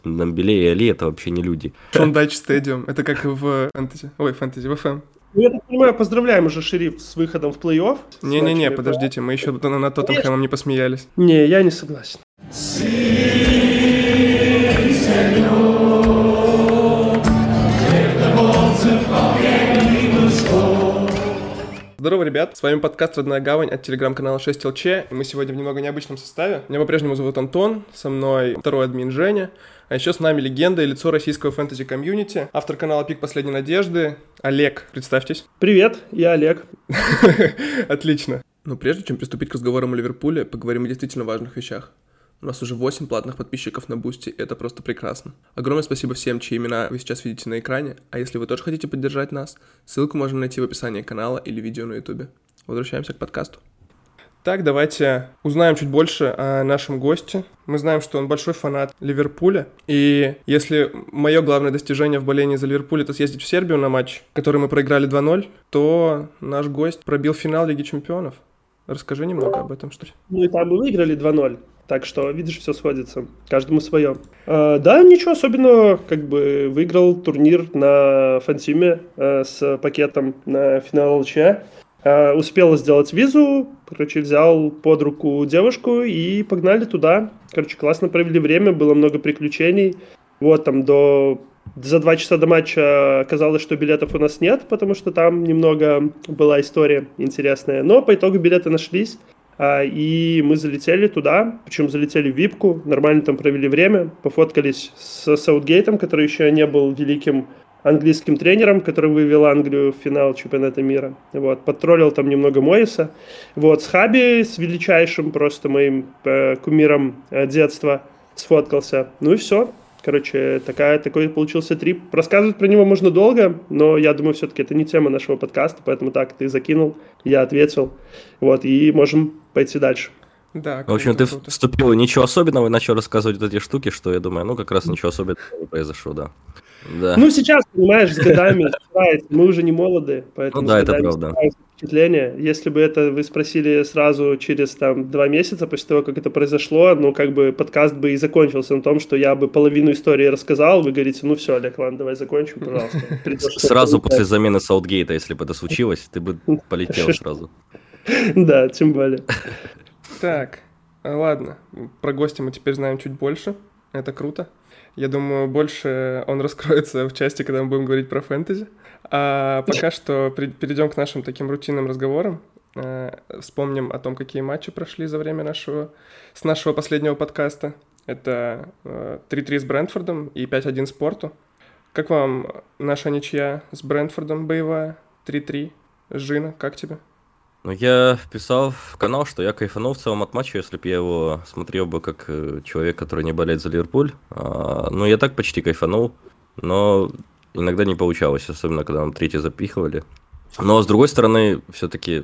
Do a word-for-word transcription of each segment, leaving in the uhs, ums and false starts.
Дембеле и Али — это вообще не люди. Шондач Стадиум, это как в фэнтези, ой, фэнтези, в эф эм. Ну, я так понимаю, поздравляем уже Шериф с выходом в плей-офф. Не-не-не, подождите, мы еще над Тоттенхэмом не посмеялись. Не, я не согласен. Здорово, ребят, с вами подкаст «Родная гавань» от телеграм-канала шесть эл че. Мы сегодня в немного необычном составе. Меня по-прежнему зовут Антон, со мной второй админ Женя, а еще с нами легенда и лицо российского фэнтези-комьюнити, автор канала «Пик последней надежды» Олег. Представьтесь. Привет, я Олег. Отлично. Но прежде чем приступить к разговорам о Ливерпуле, поговорим о действительно важных вещах. У нас уже восемь платных подписчиков на Бусти, и это просто прекрасно. Огромное спасибо всем, чьи имена вы сейчас видите на экране, а если вы тоже хотите поддержать нас, ссылку можно найти в описании канала или видео на ютубе. Возвращаемся к подкасту. Так, давайте узнаем чуть больше о нашем госте. Мы знаем, что он большой фанат Ливерпуля, и если мое главное достижение в болении за Ливерпуль — это съездить в Сербию на матч, который мы проиграли два ноль, то наш гость пробил финал Лиги Чемпионов. Расскажи немного об этом, что ли. Ну и там мы выиграли два ноль. Так что, видишь, все сходится. Каждому свое. А, да, ничего особенного. Как бы выиграл турнир на Фантиме а, с пакетом на финал эл че. А, успел сделать визу. Короче, взял под руку девушку и погнали туда. Короче, классно провели время. Было много приключений. Вот там до... За два часа до матча оказалось, что билетов у нас нет, потому что там немного была история интересная. Но по итогу билеты нашлись. И мы залетели туда, причем залетели в випку, нормально там провели время, пофоткались с Саутгейтом, который еще не был великим английским тренером, который вывел Англию в финал чемпионата мира. Вот, подтроллил там немного Моиса. Вот, с Хаби, с величайшим просто моим э, кумиром э, детства сфоткался. Ну и все. Короче, такая, такой получился трип. Рассказывать про него можно долго, но я думаю, все-таки это не тема нашего подкаста, поэтому так, ты закинул, я ответил, вот, и можем пойти дальше. Да, в общем, ты круто. Вступил, ничего особенного, и начал рассказывать вот эти штуки, что я думаю, ну, как раз ничего особенного не произошло, да. Да. Ну, сейчас, понимаешь, с годами мы уже не молоды, поэтому ну, да, это правда. Впечатление. Если бы это вы спросили сразу через там два месяца после того, как это произошло, ну, как бы подкаст бы и закончился на том, что я бы половину истории рассказал, вы говорите, ну все, Олег, ладно, давай закончим, пожалуйста. Сразу после замены Саутгейта, если бы это случилось, ты бы полетел сразу. Да, тем более. Так, ладно, про гостя мы теперь знаем чуть больше, это круто. Я думаю, больше он раскроется в части, когда мы будем говорить про фэнтези. А пока что перейдем к нашим таким рутинным разговорам. Вспомним о том, какие матчи прошли за время нашего, с нашего последнего подкаста. Это три-три с Брентфордом и пять-один с Порту. Как вам наша ничья с Брентфордом боевая? три-три. Жина, как тебе? Ну, я писал в канал, что я кайфанул в целом от матча, если бы я его смотрел бы как человек, который не болеет за Ливерпуль. А, ну, я так почти кайфанул, но иногда не получалось, особенно когда нам третий запихивали. Но, с другой стороны, все-таки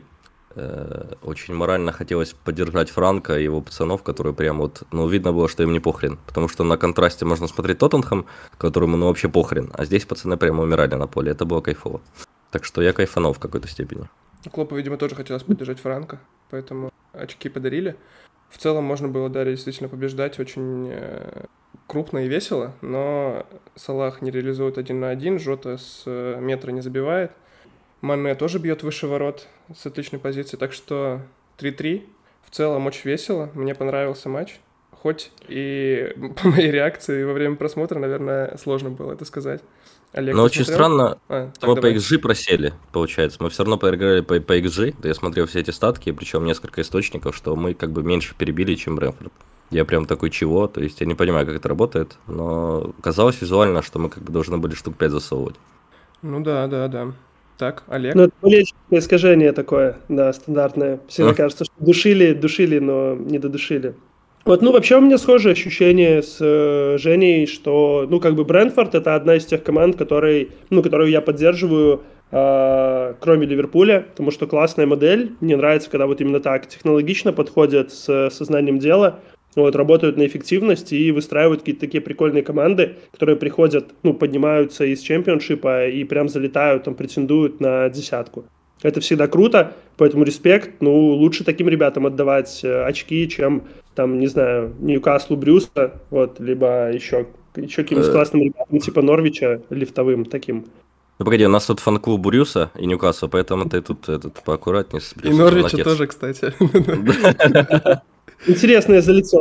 э, очень морально хотелось поддержать Франка и его пацанов, которые прям вот, ну, видно было, что им не похрен. Потому что на контрасте можно смотреть Тоттенхэм, которому, ну, вообще похрен, а здесь пацаны прямо умирали на поле, это было кайфово. Так что я кайфанул в какой-то степени. Клопу, видимо, тоже хотелось поддержать Франка, поэтому очки подарили. В целом можно было, да, действительно побеждать очень э, крупно и весело, но Салах не реализует один на один, Жота с э, метра не забивает, Мане тоже бьет выше ворот с отличной позиции, так что три-три. В целом очень весело, мне понравился матч, хоть и по моей реакции во время просмотра, наверное, сложно было это сказать. Олег, но очень смотрел? Странно, а, мы по икс джи просели, получается. Мы все равно проиграли по, по икс джи, да я смотрел все эти статки, причем несколько источников, что мы как бы меньше перебили, чем Брентфорд. Я прям такой, чего? То есть я не понимаю, как это работает, но казалось визуально, что мы как бы должны были штук пять засовывать. Ну да, да, да. Так, Олег? Ну, это политическое искажение такое, да, стандартное. Всегда а? кажется, что душили, душили, но не додушили. Вот, ну, вообще у меня схожие ощущения с э, Женей, что, ну, как бы Брентфорд — это одна из тех команд, которые, ну, которую я поддерживаю, э, кроме Ливерпуля, потому что классная модель. Мне нравится, когда вот именно так технологично подходят с сознанием дела, вот, работают на эффективность и выстраивают какие-то такие прикольные команды, которые приходят, ну, поднимаются из чемпионшипа и прям залетают, там, претендуют на десятку. Это всегда круто, поэтому респект. Ну, лучше таким ребятам отдавать очки, чем, там, не знаю, Ньюкаслу Брюса, вот, либо еще еще каким-нибудь классным ребятам, типа Норвича, лифтовым таким. Ну, погоди, у нас тут фан-клуб Бурюса и Ньюкасла, поэтому ты тут этот, поаккуратнее. С и Норвича тоже, кстати. Интересно, я залетел.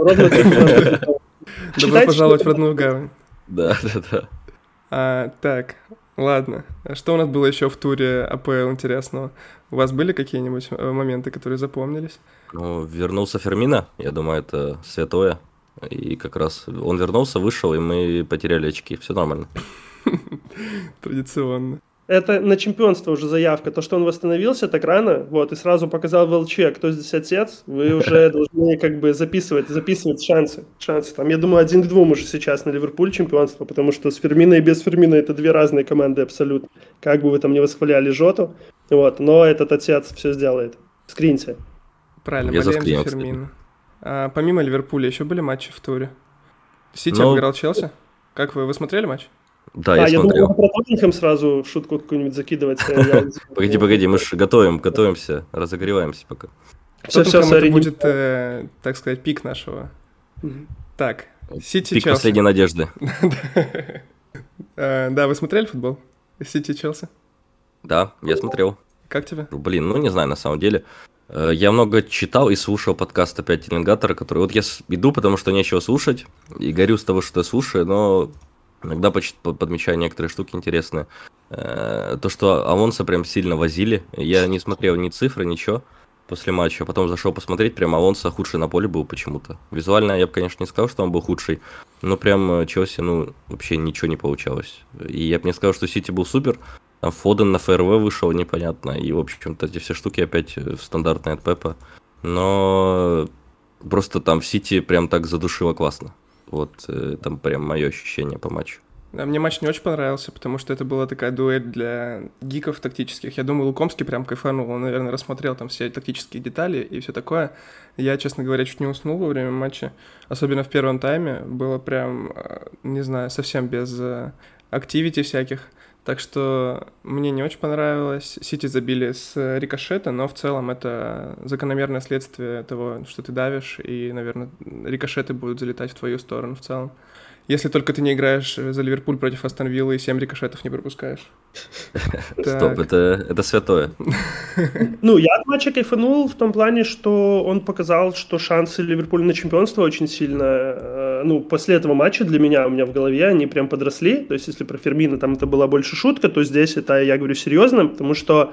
Добро пожаловать в родную гавань. Да, да, да. А, так, ладно. Что у нас было еще в туре АПЛ интересного? У вас были какие-нибудь моменты, которые запомнились? Ну, вернулся Фермино, я думаю, это святое. И как раз он вернулся, вышел, и мы потеряли очки. Все нормально. Традиционно. Это на чемпионство уже заявка. То, что он восстановился так рано, вот, и сразу показал в ЛЧ, кто здесь отец, вы уже должны как бы записывать, записывать шансы. Шансы. Там, я думаю, один к двум уже сейчас на Ливерпуль чемпионство, потому что с Фермино и без Фермино это две разные команды абсолютно. Как бы вы там не восхваляли Жоту, вот, но этот отец все сделает. Скриньте. Правильно, болеем за Фермино. А, помимо Ливерпуля еще были матчи в туре? Сити но... обыграл Челси? Как вы, вы смотрели матч? Да, а, я, я смотрел. думал, про Тоттенхэм сразу шутку какую-нибудь закидывать. Погоди, погоди, мы же готовим, готовимся, разогреваемся пока. Все, все, это будет, так сказать, пик нашего. Так, Сити, Челси. Пик последней надежды. Да, вы смотрели футбол? Сити, Челси? Да, я смотрел. Как тебе? Блин, ну не знаю, на самом деле. Я много читал и слушал подкаст опять Теленгатора, который... Вот я иду, потому что нечего слушать, и горю с того, что я слушаю, но иногда подмечаю некоторые штуки интересные. То, что Алонсо прям сильно возили. Я не смотрел ни цифры, ничего после матча. Потом зашел посмотреть, прям Алонсо худший на поле был почему-то. Визуально я бы, конечно, не сказал, что он был худший, но прям Челси, ну, вообще ничего не получалось. И я бы не сказал, что Сити был супер. Там Фоден на ФРВ вышел, непонятно. И, в общем-то, эти все штуки опять стандартные от Пепа. Но просто там в Сити прям так задушило классно. Вот там прям мое ощущение по матчу. Да, мне матч не очень понравился, потому что это была такая дуэль для гиков тактических. Я думаю, Лукомский прям кайфанул. Он, наверное, рассмотрел там все тактические детали и все такое. Я, честно говоря, чуть не уснул во время матча. Особенно в первом тайме. Было прям, не знаю, совсем без активити всяких. Так что мне не очень понравилось. Сити забили с рикошета, но в целом это закономерное следствие того, что ты давишь, и, наверное, рикошеты будут залетать в твою сторону в целом. Если только ты не играешь за Ливерпуль против Астон Виллы и семь рикошетов не пропускаешь. Стоп, это, это святое. Ну, я от матча кайфанул в том плане, что он показал, что шансы Ливерпуля на чемпионство очень сильно... Ну, после этого матча для меня, у меня в голове, они прям подросли. То есть, если про Фермино там это была больше шутка, то здесь это, я говорю, серьезно, потому что,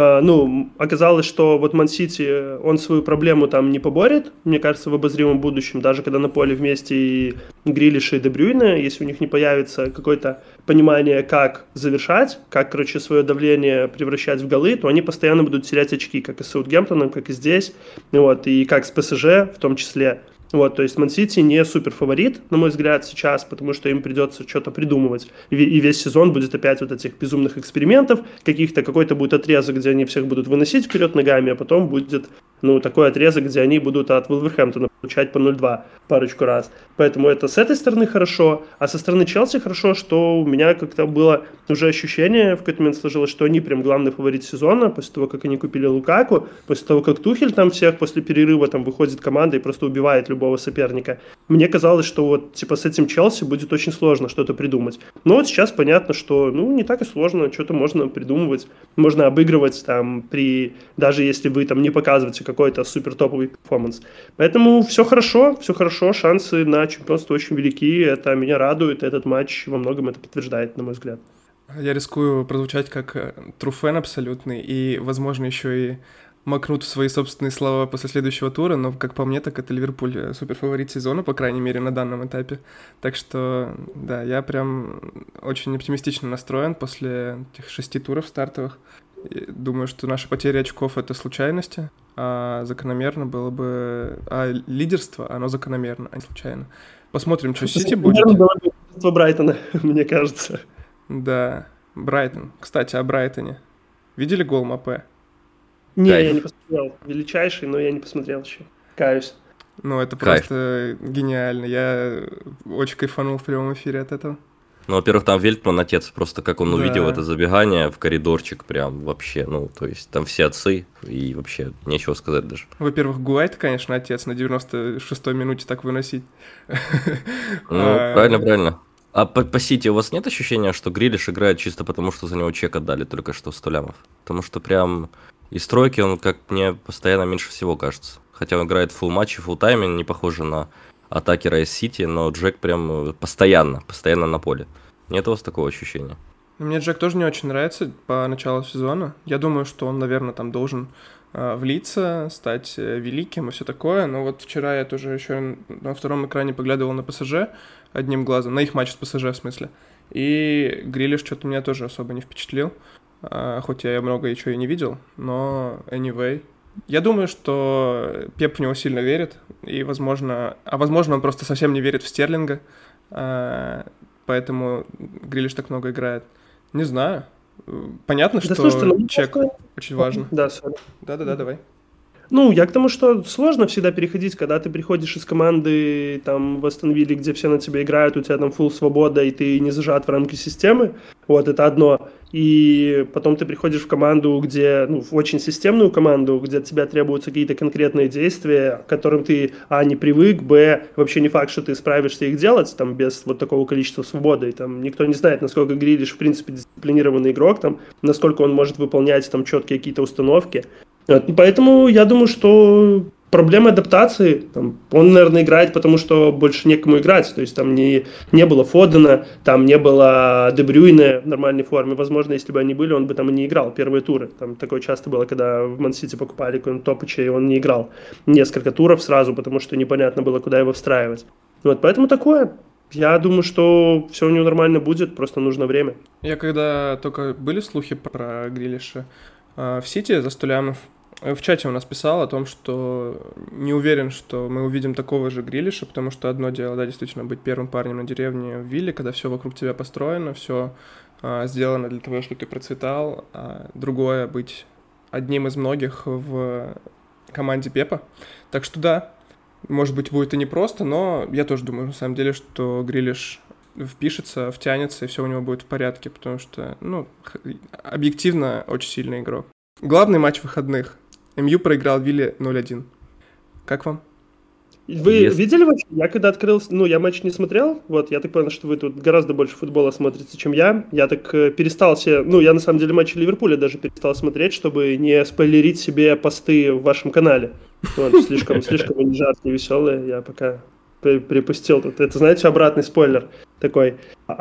ну, оказалось, что вот Ман-Сити, он свою проблему там не поборет, мне кажется, в обозримом будущем, даже когда на поле вместе и Грилиш, и Де Брюйне, если у них не появится какое-то понимание, как завершать, как, короче, свое давление превращать в голы, то они постоянно будут терять очки, как и с Саутгемптоном, как и здесь, вот, и как с ПСЖ в том числе. Вот, то есть Ман-Сити не супер фаворит, на мой взгляд, сейчас, потому что им придется что-то придумывать. И, и весь сезон будет опять вот этих безумных экспериментов, каких-то, какой-то будет отрезок, где они всех будут выносить вперед ногами, а потом будет, ну, такой отрезок, где они будут от Вулверхэмптона получать по ноль два парочку раз. Поэтому это с этой стороны хорошо, а со стороны Челси хорошо, что у меня как-то было уже ощущение, в какой-то момент сложилось, что они прям главный фаворит сезона, после того, как они купили Лукаку, после того, как Тухель там всех после перерыва там выходит команда и просто убивает любого соперника. Мне казалось, что вот типа с этим Челси будет очень сложно что-то придумать. Но вот сейчас понятно, что ну не так и сложно, что-то можно придумывать, можно обыгрывать там при, даже если вы там не показываете какой-то супер топовый перформанс. Поэтому все хорошо, все хорошо, шансы на чемпионство очень велики, это меня радует, этот матч во многом это подтверждает, на мой взгляд. Я рискую прозвучать как труфен абсолютный и, возможно, еще и макнут в свои собственные слова после следующего тура, но, как по мне, так это Ливерпуль суперфаворит сезона, по крайней мере, на данном этапе. Так что, да, я прям очень оптимистично настроен после этих шести туров стартовых. И думаю, что наши потери очков — это случайности, а закономерно было бы... А лидерство, оно закономерно, а не случайно. Посмотрим, что Сити будет. Лидерство Брайтона, мне кажется. Да, Брайтон. Кстати, о Брайтоне. Видели гол Мапе? Не, Кайф. я не посмотрел. Величайший, но я не посмотрел еще. Каюсь. Ну, это Кайф. просто гениально. Я очень кайфанул в прямом эфире от этого. Ну, во-первых, там Вельтман отец, просто как он Да. увидел это забегание в коридорчик, прям вообще, ну, то есть там все отцы, и вообще нечего сказать даже. Во-первых, Гуайт, конечно, отец на девяносто шестой минуте так выносить. Ну, А, правильно, правильно. А по, по Сити у вас нет ощущения, что Грилиш играет чисто потому, что за него чек отдали только что сто лямов? Потому что прям из тройки он, как мне, постоянно меньше всего кажется. Хотя он играет фулл матчи, фулл тайме, не похоже на атакера из Сити, но Джек прям постоянно, постоянно на поле. Нет у вас такого ощущения? Мне Джек тоже не очень нравится по началу сезона. Я думаю, что он, наверное, там должен э, влиться, стать э, великим и все такое. Но вот вчера я тоже еще на втором экране поглядывал на ПСЖ одним глазом, на их матч с ПСЖ в смысле. И Грилиш что-то меня тоже особо не впечатлил. Э, хоть я много еще и не видел, но anyway. Я думаю, что Пеп в него сильно верит, и, возможно, а возможно, он просто совсем не верит в Стерлинга, э, поэтому Грилиш так много играет. Не знаю. Понятно, Да, что слушайте, ну, чек просто- очень важно. Да, сори. Да-да-да, давай. Ну, я к тому, что сложно всегда переходить, когда ты приходишь из команды там в Астон Вилле, где все на тебя играют, у тебя там фулл свобода, и ты не зажат в рамки системы, вот, это одно. И потом ты приходишь в команду, где, ну, в очень системную команду, где от тебя требуются какие-то конкретные действия, к которым ты, а, не привык, б, вообще не факт, что ты справишься их делать, там, без вот такого количества свободы, и там никто не знает, насколько Грилиш, в принципе, дисциплинированный игрок, там, насколько он может выполнять там четкие какие-то установки. Вот, поэтому я думаю, что проблема адаптации, там, он, наверное, играет, потому что больше некому играть, то есть там не, не было Фодена, там не было Де Брюйне в нормальной форме, возможно, если бы они были, он бы там и не играл первые туры, там такое часто было, когда в Ман-Сити покупали какой-нибудь Топыча, и он не играл несколько туров сразу, потому что непонятно было, куда его встраивать. Вот, поэтому такое. Я думаю, что все у него нормально будет, просто нужно время. Я когда только были слухи про Грилиша э, в Сити за сто лямов, в чате у нас писал о том, что не уверен, что мы увидим такого же Грилиша, потому что одно дело, да, действительно, быть первым парнем на деревне в Вилле, когда все вокруг тебя построено, все а, сделано для того, чтобы ты процветал, а другое — быть одним из многих в команде Пепа. Так что да, может быть, будет и непросто, но я тоже думаю, на самом деле, что Грилиш впишется, втянется, и все у него будет в порядке, потому что, ну, объективно очень сильный игрок. Главный матч выходных. МЮ проиграл Вилле ноль один. Как вам? Вы Если- видели вообще? Я когда открыл, ну, я матч не смотрел, вот, я так понял, что вы тут гораздо больше футбола смотрите, чем я. Я так э, перестал себе, ну, я на самом деле матчи Ливерпуля даже перестал смотреть, чтобы не спойлерить себе посты в вашем канале. Вот, слишком, слишком они жаркие, веселые, я пока при- припустил тут. Это, знаете, обратный спойлер такой.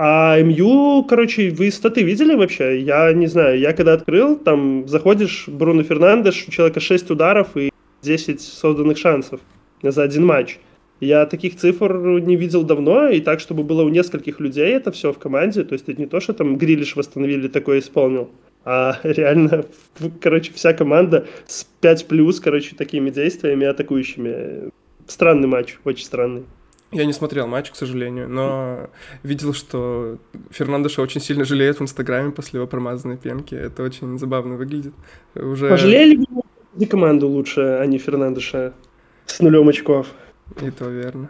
А МЮ, короче, вы статы видели вообще? Я не знаю, я когда открыл, там заходишь, Бруно Фернандеш, у человека шесть ударов и десять созданных шансов за один матч. Я таких цифр не видел давно, и так, чтобы было у нескольких людей это все в команде, то есть это не то, что там Грилиш восстановили, такое исполнил, а реально, короче, вся команда с пять плюс, короче, такими действиями атакующими. Странный матч, очень странный. Я не смотрел матч, к сожалению, но видел, что Фернандеша очень сильно жалеет в Инстаграме после его промазанной пенки. Это очень забавно выглядит. Уже... Пожалели бы вы команду лучше, а не Фернандеша с нулем очков? И то верно.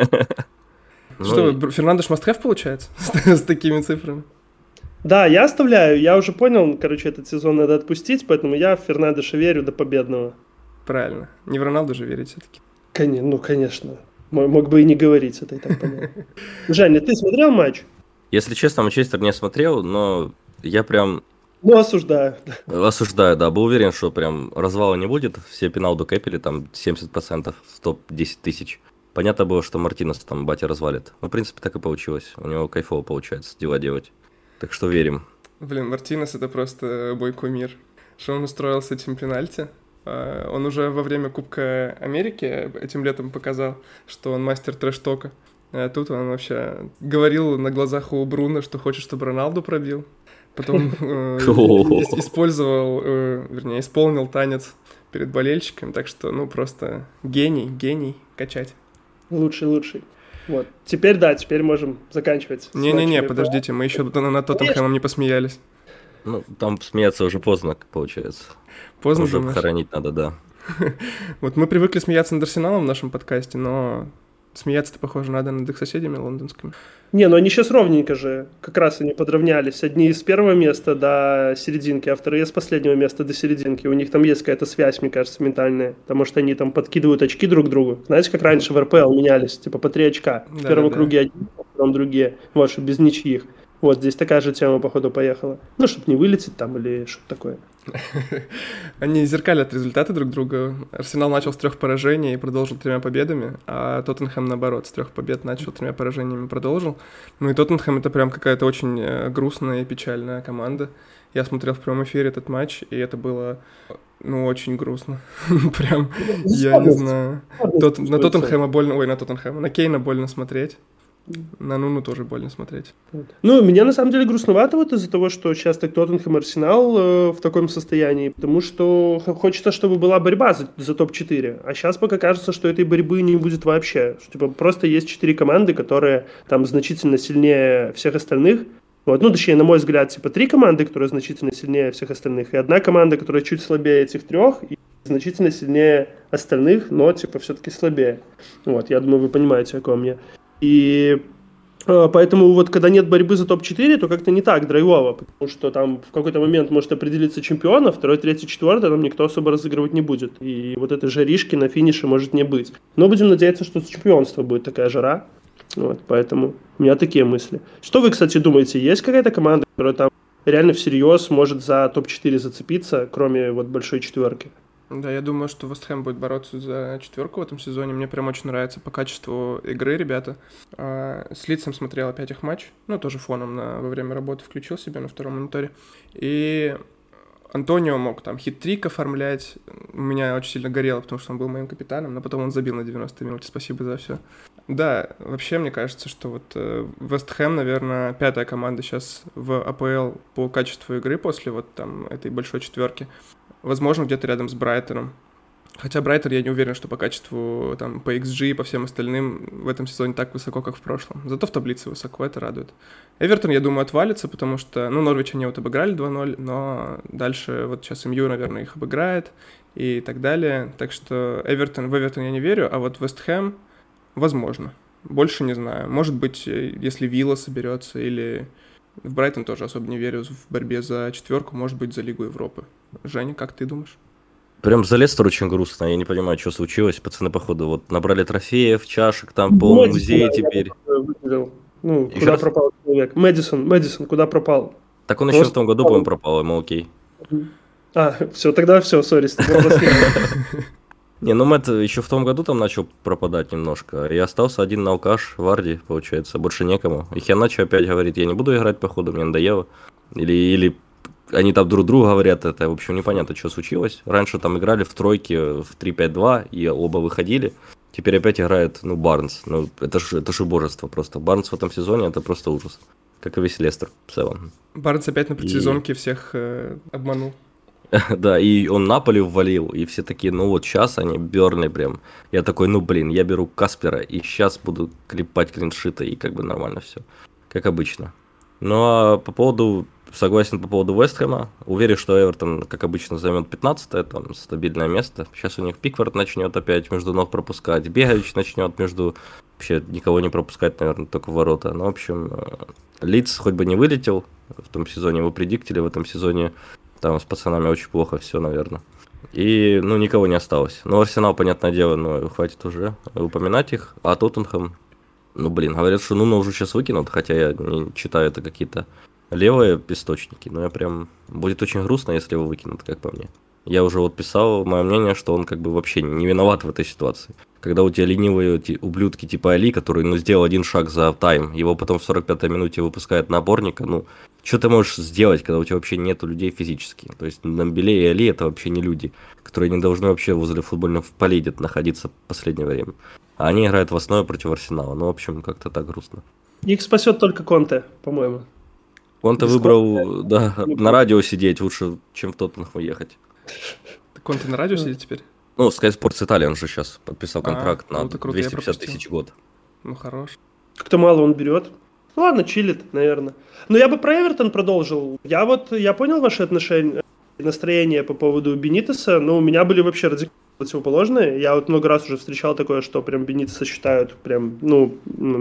Ну, Что, и- вы, Фернандеш must-have получается с, с такими цифрами? Да, я оставляю, я уже понял, короче, этот сезон надо отпустить, поэтому я в Фернандеша верю до победного. Правильно. Не в Роналду же верить все-таки. Конечно, ну, конечно. М- Мог бы и не говорить, это и так понятно. Женя, ты смотрел матч? Если честно, Манчестер не смотрел, но я прям Ну, осуждаю. осуждаю, да, был уверен, что прям развала не будет. Все пеналду кэпили, там семьдесят процентов, сто десять тысяч. Понятно было, что Мартинес там батя развалит. Ну, в принципе, так и получилось. У него кайфово получается дела делать. Так что верим. Блин, Мартинес — это просто бой кумир. Что он устроил с этим пенальти? А, Он уже во время Кубка Америки этим летом показал, что он мастер трэш-тока. А тут он вообще говорил на глазах у Бруно, что хочет, чтобы Роналду пробил. Потом э, ис- использовал, э, вернее, исполнил танец перед болельщиками. Так что, ну, просто гений, гений качать. Лучший, лучший. Вот. Теперь, да, теперь можем заканчивать. с Не-не-не, матчами. подождите, мы еще над Тоттенхэмом не посмеялись. Ну, там смеяться уже поздно, получается. Поздно, Уже думаешь? хоронить надо, да. Вот мы привыкли смеяться над Арсеналом в нашем подкасте, но Смеяться-то, похоже, надо над их соседями лондонскими. Не, ну они сейчас ровненько же, как раз они подравнялись. Одни с первого места до серединки, а вторые с последнего места до серединки. У них там есть какая-то связь, мне кажется, ментальная, потому что они там подкидывают очки друг другу. Знаете, как раньше в эр пэ эл менялись, типа по три очка. В Да, первом да, круге один, а потом другие. Вот, что без ничьих. Вот, здесь такая же тема, походу, поехала. Ну, чтобы не вылететь там или что-то такое. Они зеркалят результаты друг друга. Арсенал начал с трех поражений и продолжил тремя победами, а Тоттенхэм, наоборот, с трех побед начал, тремя поражениями продолжил. Ну и Тоттенхэм — это прям какая-то очень грустная и печальная команда. Я смотрел в прямом эфире этот матч, и это было, ну, очень грустно. Прям, я не знаю. На Тоттенхэма больно... Ой, на Тоттенхэма. На Кейна больно смотреть. На Нуну тоже больно смотреть. Ну, меня на самом деле грустновато вот из-за того, что сейчас так Тоттенхэм и Арсенал э, в таком состоянии, потому что хочется, чтобы была борьба за, за топ четыре, а сейчас пока кажется, что этой борьбы не будет вообще. Что, типа, просто есть четыре команды, которые там значительно сильнее всех остальных. Вот, ну, точнее, на мой взгляд, типа три команды, которые значительно сильнее всех остальных, и одна команда, которая чуть слабее этих трех, и значительно сильнее остальных, но, типа, все-таки слабее. Вот, я думаю, вы понимаете, о ком я. И э, поэтому вот когда нет борьбы за топ четыре, то как-то не так драйвово, потому что там в какой-то момент может определиться чемпион, а второй, третий, четвертый там никто особо разыгрывать не будет. И вот этой жаришки на финише может не быть. Но будем надеяться, что с чемпионства будет такая жара. Вот, поэтому у меня такие мысли. Что вы, кстати, думаете? Есть какая-то команда, которая там реально всерьез может за топ четыре зацепиться, кроме вот большой четверки? Да, я думаю, что Вест Хэм будет бороться за четверку в этом сезоне. Мне прям очень нравится по качеству игры ребята. С Лидсом смотрел опять их матч. Ну, тоже фоном на, во время работы включил себе на втором мониторе. И Антонио мог там хит-трик оформлять. У меня очень сильно горело, потому что он был моим капитаном, но потом он забил на девяностой минуте. Спасибо за все. Да, вообще мне кажется, что вот Вест Хэм, наверное, пятая команда сейчас в а пэ эл по качеству игры после вот там этой большой четверки. Возможно, где-то рядом с Брайтоном. Хотя Брайтон, я не уверен, что по качеству, там, по икс джи и по всем остальным в этом сезоне так высоко, как в прошлом. Зато в таблице высоко, это радует. Эвертон, я думаю, отвалится, потому что, ну, Норвич они вот обыграли два ноль, но дальше вот сейчас эм ю, наверное, их обыграет и так далее. Так что Эвертон, в Эвертон я не верю, а вот Вест Хэм, возможно. Больше не знаю. Может быть, если Вилла соберется или... В Брайтон тоже особо не верю в борьбе за четверку, может быть, за Лигу Европы. Женя, как ты думаешь? Прям за Лестер очень грустно, я не понимаю, что случилось. Пацаны, походу, вот набрали трофеев, чашек, там полный музей теперь. Ну, еще куда раз? Пропал человек? Мэдисон, Мэдисон, куда пропал? Так он Просто еще в том году, по-моему, пропал, ему окей. А, все, тогда все, сори, с тобой Не, ну Мэтт еще в том году там начал пропадать немножко, и остался один алкаш, Варди, получается, больше некому. И Хианачо опять говорит, я не буду играть, походу, мне надоело. Или, или они там друг другу говорят, это, в общем, непонятно, что случилось. Раньше там играли в тройке в три пять два, и оба выходили. Теперь опять играет, ну, Барнс. Ну, это же это ж божество просто. Барнс в этом сезоне, это просто ужас. Как и весь Лестер в целом. Барнс опять на предсезонке и... всех э, обманул. Да, и он Наполи ввалил, и все такие, ну вот сейчас они, Бернли прям. Я такой, ну блин, я беру Каспера, и сейчас буду клепать клиншиты, и как бы нормально все, как обычно. Ну а по поводу, согласен по поводу Вест Хэма, уверен, что Эвертон, как обычно, займет пятнадцатое, там, стабильное место. Сейчас у них Пикфорд начнет опять между ног пропускать, Бегович начнет между, вообще никого не пропускать, наверное, только в ворота. Ну, в общем, Лидс хоть бы не вылетел в том сезоне, его предиктили в этом сезоне. Там с пацанами очень плохо все, наверное. И, ну, никого не осталось. Ну, Арсенал, понятное дело, но хватит уже упоминать их. А Тоттенхэм, ну, блин, говорят, что Нуна уже сейчас выкинут, хотя я не читаю, это какие-то левые источники. Но я прям... Будет очень грустно, если его выкинут, как по мне. Я уже вот писал мое мнение, что он как бы вообще не виноват в этой ситуации. Когда у тебя ленивые ублюдки типа Али, который, ну, сделал один шаг за тайм, его потом в сорок пятой минуте выпускают на опорника, ну, что ты можешь сделать, когда у тебя вообще нету людей физически? То есть Дембеле и Али это вообще не люди, которые не должны вообще возле футбольного поля находиться в последнее время. А они играют в основе против Арсенала. Ну, в общем, как-то так грустно. Их спасет только Конте, по-моему. Конте выбрал, да, на радио сидеть лучше, чем в Тоттенхэм ехать. Конте на радио сидит теперь? Ну, Sky Sports Italia он же сейчас подписал контракт а, на круто, круто, двести пятьдесят тысяч в год. Ну, хорош. Как-то мало он берет. Ну, ладно, чилит, наверное. Но я бы про Эвертон продолжил. Я вот, я понял ваши отношения, настроение по поводу Бенитеса, но у меня были вообще радикально противоположные. Я вот много раз уже встречал такое, что прям Бенитеса считают прям, ну,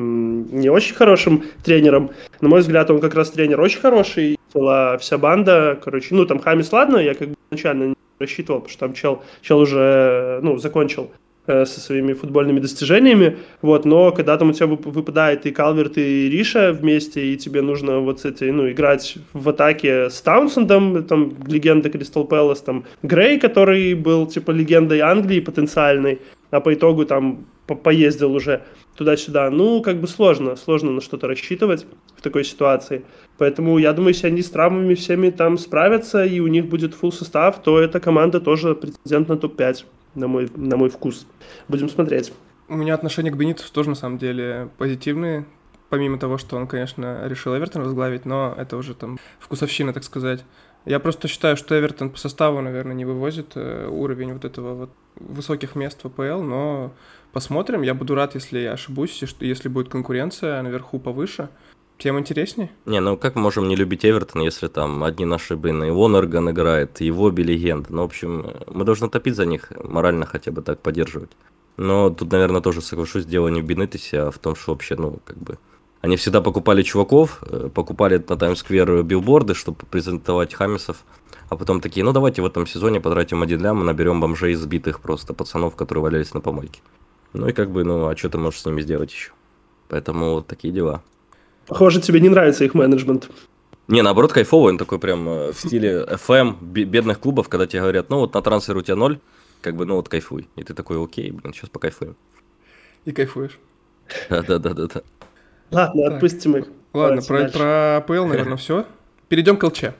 не очень хорошим тренером. На мой взгляд, он как раз тренер очень хороший. Была вся банда, короче, ну, там Хамис, ладно, я как бы изначально не рассчитывал, потому что там чел, чел уже, ну, закончил э, со своими футбольными достижениями, вот, но когда там у тебя выпадает и Калверт, и Риша вместе, и тебе нужно вот с этой, ну, играть в атаке с Таунсендом, там, легенда Кристал Пэлас, там, Грей, который был, типа, легендой Англии потенциальной, а по итогу там по- поездил уже туда-сюда, ну, как бы сложно, сложно на что-то рассчитывать в такой ситуации. Поэтому я думаю, если они с травмами всеми там справятся, и у них будет фулл состав, то эта команда тоже претендент на топ пять, на мой, на мой вкус. Будем смотреть. У меня отношение к Бенитесу тоже, на самом деле, позитивные. Помимо того, что он, конечно, решил Эвертон возглавить, но это уже там вкусовщина, так сказать. Я просто считаю, что Эвертон по составу, наверное, не вывозит э, уровень вот этого вот высоких мест в АПЛ, но посмотрим. Я буду рад, если я ошибусь, и что, если будет конкуренция наверху повыше. Тем интереснее. Не, ну как мы можем не любить Эвертон, если там одни наши блин, и Вонерган играет, и Вобби легенда. Ну, в общем, мы должны топить за них, морально хотя бы так поддерживать. Но тут, наверное, тоже соглашусь, дело не в Бенитесе, а в том, что вообще, ну, как бы... Они всегда покупали чуваков, покупали на Таймс-сквер билборды, чтобы презентовать Хамисов, а потом такие, ну давайте в этом сезоне потратим один лям и наберем бомжей сбитых просто пацанов, которые валялись на помойке. Ну и как бы, ну, а что ты можешь с ними сделать еще? Поэтому вот такие дела. Похоже, тебе не нравится их менеджмент. Не, наоборот, кайфовый, он такой прям в стиле эф эм, бедных клубов, когда тебе говорят, ну вот на трансфер у тебя ноль, как бы, ну вот кайфуй. И ты такой, окей, блин, сейчас покайфуем. И кайфуешь. Да-да-да-да. Ладно, так. Отпустим их. Ладно, про, про АПЛ, наверное, все. Перейдем к ЛЧ.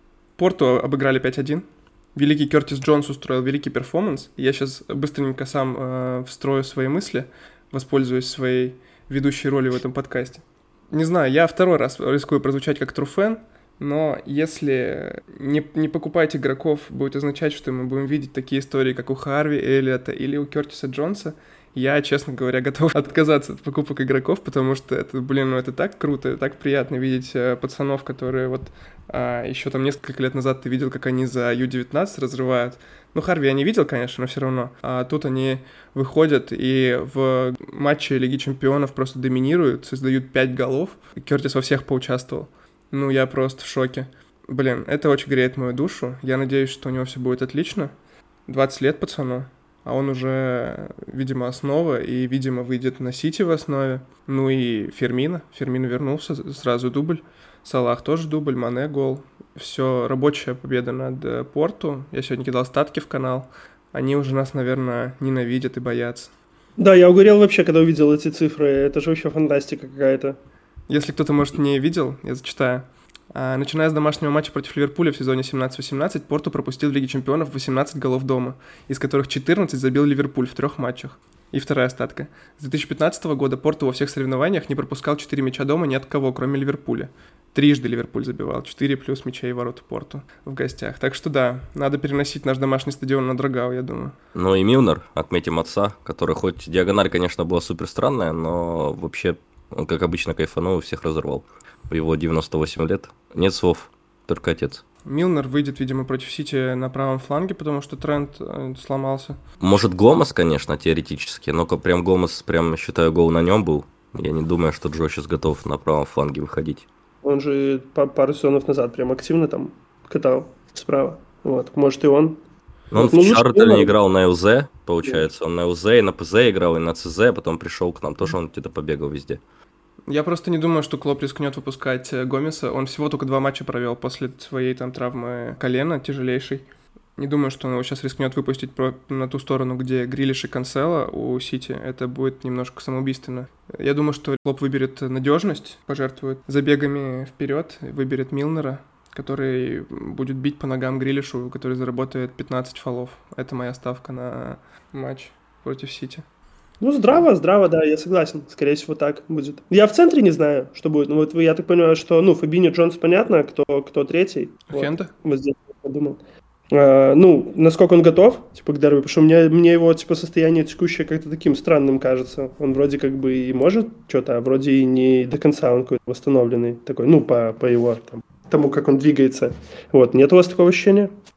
Порту обыграли пять один. Великий Кертис Джонс устроил великий перформанс. Я сейчас быстренько сам э, встрою свои мысли, воспользуюсь своей ведущей ролью в этом подкасте. Не знаю, я второй раз рискую прозвучать как труфэн, но если не, не покупать игроков, будет означать, что мы будем видеть такие истории, как у Харви Эллиота или у Кертиса Джонса, я, честно говоря, готов отказаться от покупок игроков, потому что это, блин, ну это так круто, так приятно видеть э, пацанов, которые вот а, еще там несколько лет назад ты видел, как они за ю девятнадцать разрывают. Ну, Харви я не видел, конечно, но все равно. А тут они выходят и в матче Лиги Чемпионов просто доминируют, создают пять голов. Кертис во всех поучаствовал. Ну, я просто в шоке. Блин, это очень греет мою душу. Я надеюсь, что у него все будет отлично. двадцать лет пацану. А он уже, видимо, основа, и, видимо, выйдет на Сити в основе. Ну и Фермино. Фермино вернулся, сразу дубль. Салах тоже дубль, Мане гол. Все, рабочая победа над Порту. Я сегодня кидал статки в канал. Они уже нас, наверное, ненавидят и боятся. Да, я угорел вообще, когда увидел эти цифры. Это же вообще фантастика какая-то. Если кто-то, может, не видел, я зачитаю. А, начиная с домашнего матча против Ливерпуля в сезоне семнадцать восемнадцать, Порту пропустил в Лиге Чемпионов восемнадцать голов дома, из которых четырнадцать забил Ливерпуль в трех матчах. И вторая статка. С две тысячи пятнадцатого года Порту во всех соревнованиях не пропускал четыре мяча дома ни от кого, кроме Ливерпуля. Трижды Ливерпуль забивал, четыре плюс мячей ворот Порту в гостях. Так что да, надо переносить наш домашний стадион на Драгау, я думаю. Ну и Милнер, отметим отца, который хоть диагональ, конечно, была супер странная, но вообще он, как обычно, кайфанул и всех разорвал. В его девяносто восемь лет. Нет слов, только отец. Милнер выйдет, видимо, против Сити на правом фланге, потому что Трент э, сломался. Может, Гомес, конечно, теоретически, но прям Гомес, прям, считаю, гол на нем был. Я не думаю, что Джо сейчас готов на правом фланге выходить. Он же пару сезонов назад прям активно там катал справа. Вот, может и он. Но он ну, в Чарльтоне играл на ЛЗ, получается. Он на ЛЗ и на ПЗ играл, и на ЦЗ, потом пришел к нам. Тоже он где-то побегал везде. Я просто не думаю, что Клоп рискнет выпускать Гомеса. Он всего только два матча провел после своей там травмы колена тяжелейшей. Не думаю, что он его сейчас рискнет выпустить на ту сторону, где Грилиш и Канцело у Сити. Это будет немножко самоубийственно. Я думаю, что Клоп выберет надежность, пожертвует забегами вперед, выберет Милнера, который будет бить по ногам Грилишу, который заработает пятнадцать фолов. Это моя ставка на матч против Сити. Ну, здраво, здраво, да, я согласен. Скорее всего, так будет. Я в центре не знаю, что будет. Ну, вот я так понимаю, что, ну, Фабиньо, Джонс, понятно, кто, кто третий. Хенда? Вот, вот здесь я подумал. А, ну, насколько он готов, типа, к дерби, потому что мне, мне его, типа, состояние текущее как-то таким странным кажется. Он вроде как бы и может что-то, а вроде и не до конца он какой-то восстановленный такой, ну, по, по его, там, тому, как он двигается. Вот, нет у вас такого ощущения?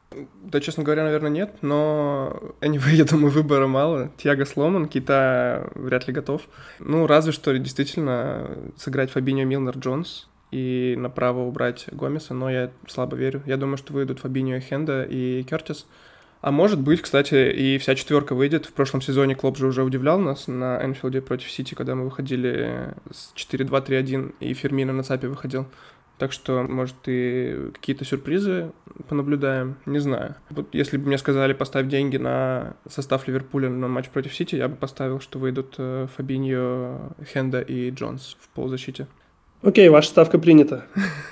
Да, честно говоря, наверное, нет, но anyway, я думаю, выбора мало. Тьяго сломан, Кейта вряд ли готов. Ну, разве что действительно сыграть Фабиньо, Милнер, Джонс и направо убрать Гомеса, но я слабо верю. Я думаю, что выйдут Фабиньо, Хенда и Кертис. А может быть, кстати, и вся четверка выйдет. В прошлом сезоне Клоп же уже удивлял нас на Энфилде против Сити, когда мы выходили с четыре два три один, и Фермино на ЦАПе выходил. Так что, может, и какие-то сюрпризы понаблюдаем, не знаю. Вот если бы мне сказали поставь деньги на состав Ливерпуля на матч против Сити, я бы поставил, что выйдут Фабиньо, Хенда и Джонс в полузащите. Окей, ваша ставка принята.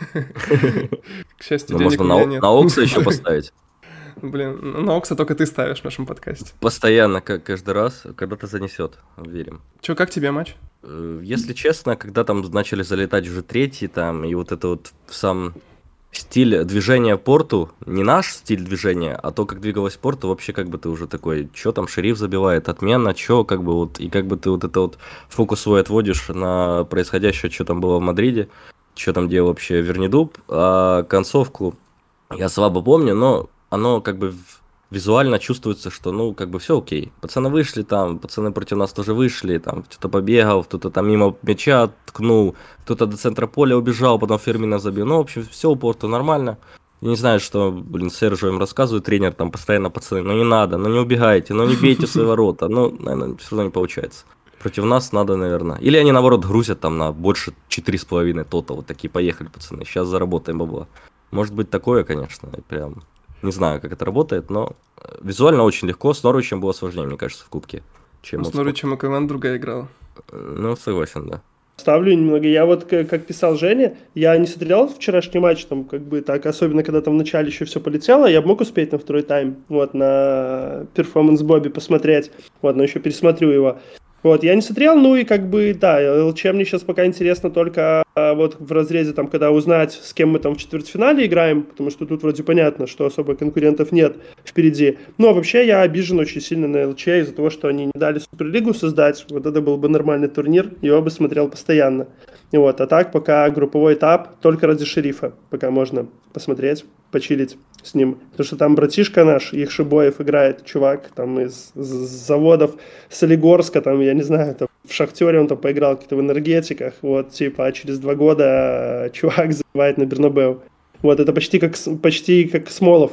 К счастью, денег у меня нет. На Окса еще поставить. Блин, на Окса только ты ставишь в нашем подкасте. Постоянно, как каждый раз, когда-то занесет, верим. Че, как тебе матч? Если честно, когда там начали залетать уже третий, там, и вот это вот сам стиль движения Порту, не наш стиль движения, а то, как двигалась Порту, вообще как бы ты уже такой, что там Шериф забивает, отмена, что, как бы вот, и как бы ты вот это вот фокус свой отводишь на происходящее, что там было в Мадриде, что там делал вообще Вернидуб, а концовку я слабо помню, но оно как бы визуально чувствуется, что, ну, как бы все окей. Пацаны вышли там, пацаны против нас тоже вышли, там, кто-то побегал, кто-то там мимо мяча ткнул, кто-то до центра поля убежал, потом Фермино забил. Ну, в общем, все у Порту нормально. Я не знаю, что, блин, Серджио им рассказывает, тренер там постоянно, пацаны, ну не надо, ну не убегайте, ну не бейте свои ворота. Ну, наверное, все равно не получается. Против нас надо, наверное. Или они, наоборот, грузят там на больше четыре с половиной тота, вот такие, поехали, пацаны, сейчас заработаем бабла. Может быть такое, конечно, прям... Не знаю, как это работает, но визуально очень легко. С Норвичем было сложнее, мне кажется, в Кубке. Чем с Норвичем и команда другая играла. Ну, согласен, да. Ставлю немного. Я вот, как писал Женя, я не смотрел вчерашний матч, там, как бы так, особенно когда там в начале еще все полетело, я бы мог успеть на второй тайм, вот, на перформанс Бобби посмотреть, вот, но еще пересмотрю его. Вот, я не смотрел, ну и как бы, да, ЛЧ мне сейчас пока интересно только а, вот в разрезе, там, когда узнать, с кем мы там в четвертьфинале играем, потому что тут вроде понятно, что особо конкурентов нет впереди. Ну, а вообще я обижен очень сильно на ЛЧ из-за того, что они не дали Суперлигу создать, вот это был бы нормальный турнир, его бы смотрел постоянно. Вот, а так пока групповой этап только ради Шерифа, пока можно посмотреть, почилить с ним. Потому что там братишка наш, их Шибоев играет, чувак там из, из заводов Солигорска, там, я не знаю, там, в Шахтере он там поиграл какие-то в энергетиках, вот, типа, а через два года чувак забивает на Бернабеу. Вот, это почти как, почти как Смолов,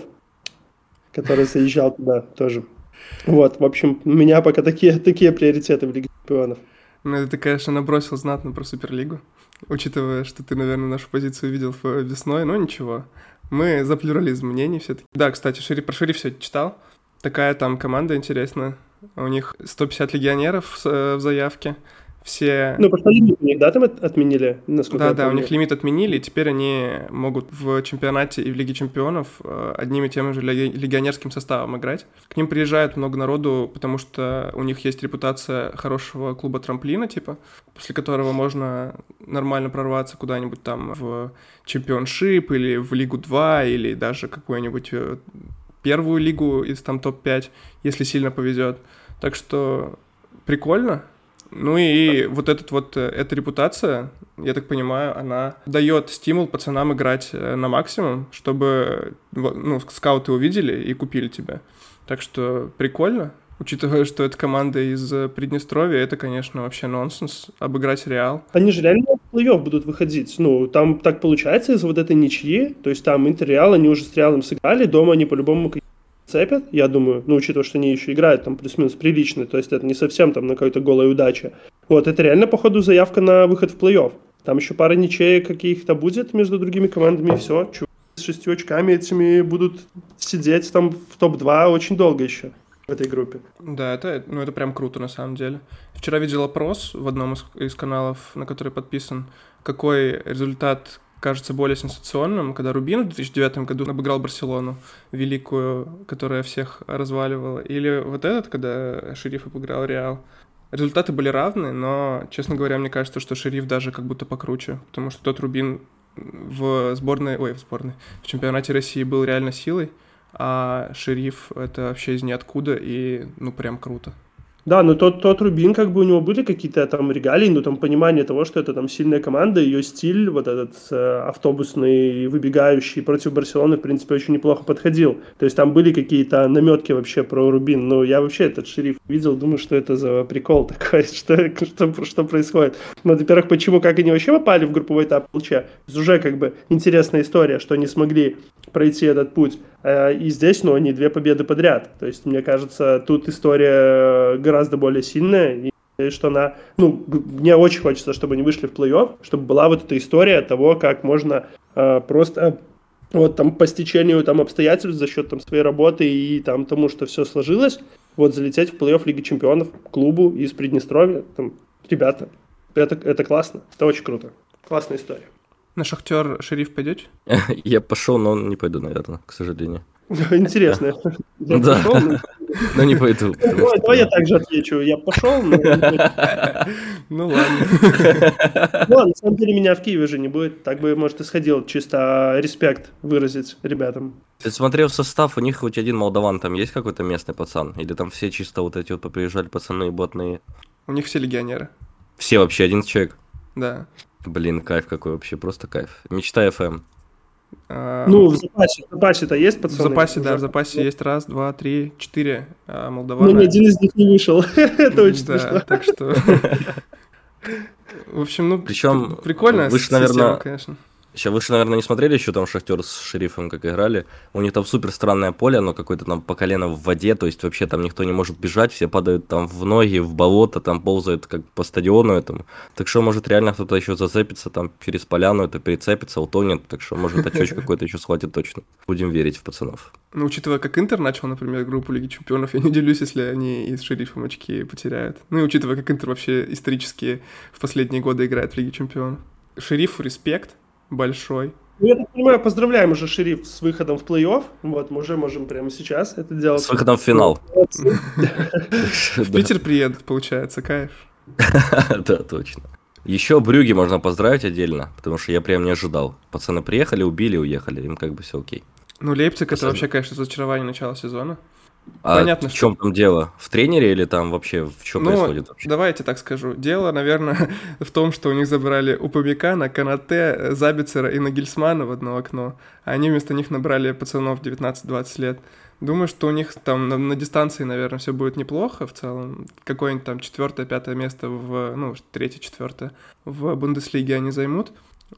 который заезжал туда тоже. Вот, в общем, у меня пока такие, такие приоритеты в Лиге Чемпионов. Ну, это ты, конечно, набросил знатно про Суперлигу, учитывая, что ты, наверное, нашу позицию видел весной, но ничего. Мы за плюрализм мнений все-таки. Да, кстати, Шериф, про Шериф все читал. Такая там команда интересная. У них сто пятьдесят легионеров в заявке. Все... Ну, просто лимит у них, да, там отменили? Да, да, у них лимит отменили, и теперь они могут в чемпионате и в Лиге Чемпионов одним и тем же легионерским составом играть. К ним приезжает много народу, потому что у них есть репутация хорошего клуба трамплина, типа, после которого можно нормально прорваться куда-нибудь там в чемпионшип или в Лигу два, или даже какую-нибудь первую лигу из там топ пять, если сильно повезет. Так что прикольно. Ну и вот, этот вот эта репутация, я так понимаю, она дает стимул пацанам играть на максимум, чтобы, ну, скауты увидели и купили тебя. Так что прикольно. Учитывая, что это команда из Приднестровья, это, конечно, вообще нонсенс. Обыграть Реал. Они же реально в плей-офф будут выходить. Ну, там так получается из-за вот этой ничьи. То есть там Интер Реал, они уже с Реалом сыграли, дома они по-любому цепят, я думаю, ну, учитывая, что они еще играют там плюс-минус прилично, то есть это не совсем там на какой-то голой удаче. Вот, это реально, походу, заявка на выход в плей-офф. Там еще пара ничеек каких-то будет между другими командами, и все. Чуваки с шестью очками этими будут сидеть там в топ два очень долго еще в этой группе. Да, это, ну, это прям круто на самом деле. Вчера видел опрос в одном из, из каналов, на который подписан, какой результат кажется более сенсационным, когда Рубин в две тысячи девятом году обыграл Барселону, великую, которая всех разваливала, или вот этот, когда Шериф обыграл Реал. Результаты были равны, но, честно говоря, мне кажется, что Шериф даже как будто покруче, потому что тот Рубин в сборной, ой, в сборной, в чемпионате России был реально силой, а Шериф — это вообще из ниоткуда, и, ну, прям круто. Да, но тот, тот Рубин, как бы у него были какие-то там регалии, ну там понимание того, что это там сильная команда, ее стиль, вот этот э, автобусный, выбегающий против Барселоны, в принципе, очень неплохо подходил. То есть там были какие-то наметки вообще про Рубин, но я вообще этот шериф видел, думаю, что это за прикол такой, что, что, что происходит. Ну, во-первых, почему, как они вообще попали в групповой этап ЛЧ? Уже как бы интересная история, что они смогли пройти этот путь. И здесь, ну, они две победы подряд. То есть, мне кажется, тут история гораздо более сильная. И что она... Ну, мне очень хочется, чтобы они вышли в плей-офф, чтобы была вот эта история того, как можно э, просто... Вот там по стечению там, обстоятельств за счет там, своей работы и там тому, что все сложилось, вот залететь в плей-офф Лиги Чемпионов клубу из Приднестровья. Там, ребята, это, это классно, это очень круто. Классная история. На Шахтер Шериф пойдете? Я пошел, но не пойду, наверное, к сожалению. Интересно. Я да, пошел, но... но не пойду. Давай, давай я также отвечу. Я пошел, но... Ну ладно. Ну, на самом деле меня в Киеве же не будет. Так бы, может, и сходил, чисто респект выразить ребятам. Ты смотрел состав, у них хоть один молдаван там есть какой-то местный пацан? Или там все чисто вот эти вот поприезжали пацаны ботные? У них все легионеры. Все вообще, один человек? Да. Блин, кайф какой вообще, просто кайф. Мечта эф эм. А, ну, в запасе, в запасе-то есть пацаны? В запасе, да, в запасе есть раз, два, три, четыре а, молдавана. Ну, ни один из них не вышел. Это очень да, смешно. Так что... В общем, ну, Причем прикольная вы ж, система, наверное, конечно. Сейчас вы же, наверное, не смотрели еще там Шахтер с Шерифом, как играли. У них там супер странное поле, оно какое-то там по колено в воде, то есть вообще там никто не может бежать, все падают там в ноги, в болото, там ползают как по стадиону этому. Так что, может, реально кто-то еще зацепится там через поляну, это перецепится, утонет, так что, может, очечек какой-то еще схватит точно. Будем верить в пацанов. Ну, учитывая, как Интер начал, например, группу Лиги Чемпионов, я не удивлюсь, если они и с Шерифом очки потеряют. Ну, и учитывая, как Интер вообще исторически в последние годы играет в Лиге Чемпионов. Шерифу респект большой. Ну, я так понимаю, поздравляем уже Шериф с выходом в плей-офф. Вот, мы уже можем прямо сейчас это делать. С выходом в финал. В Питер приедут, получается, кайф. Да, точно. Еще Брюгге можно поздравить отдельно, потому что я прям не ожидал. Пацаны приехали, убили, уехали, им как бы все окей. Ну, Лейпциг это вообще, конечно, разочарование начала сезона. А Понятно, в чем что... там дело? В тренере или там вообще в чем ну, происходит вообще? Давайте так скажу. Дело, наверное, в том, что у них забрали Упамекана, Канате, Забицера и Нагельсмана в одно окно, а они вместо них набрали пацанов девятнадцать-двадцать лет. Думаю, что у них там на, на дистанции, наверное, все будет неплохо в целом. Какое-нибудь там четвертое-пятое место в, ну, третье-четвертое в Бундеслиге они займут.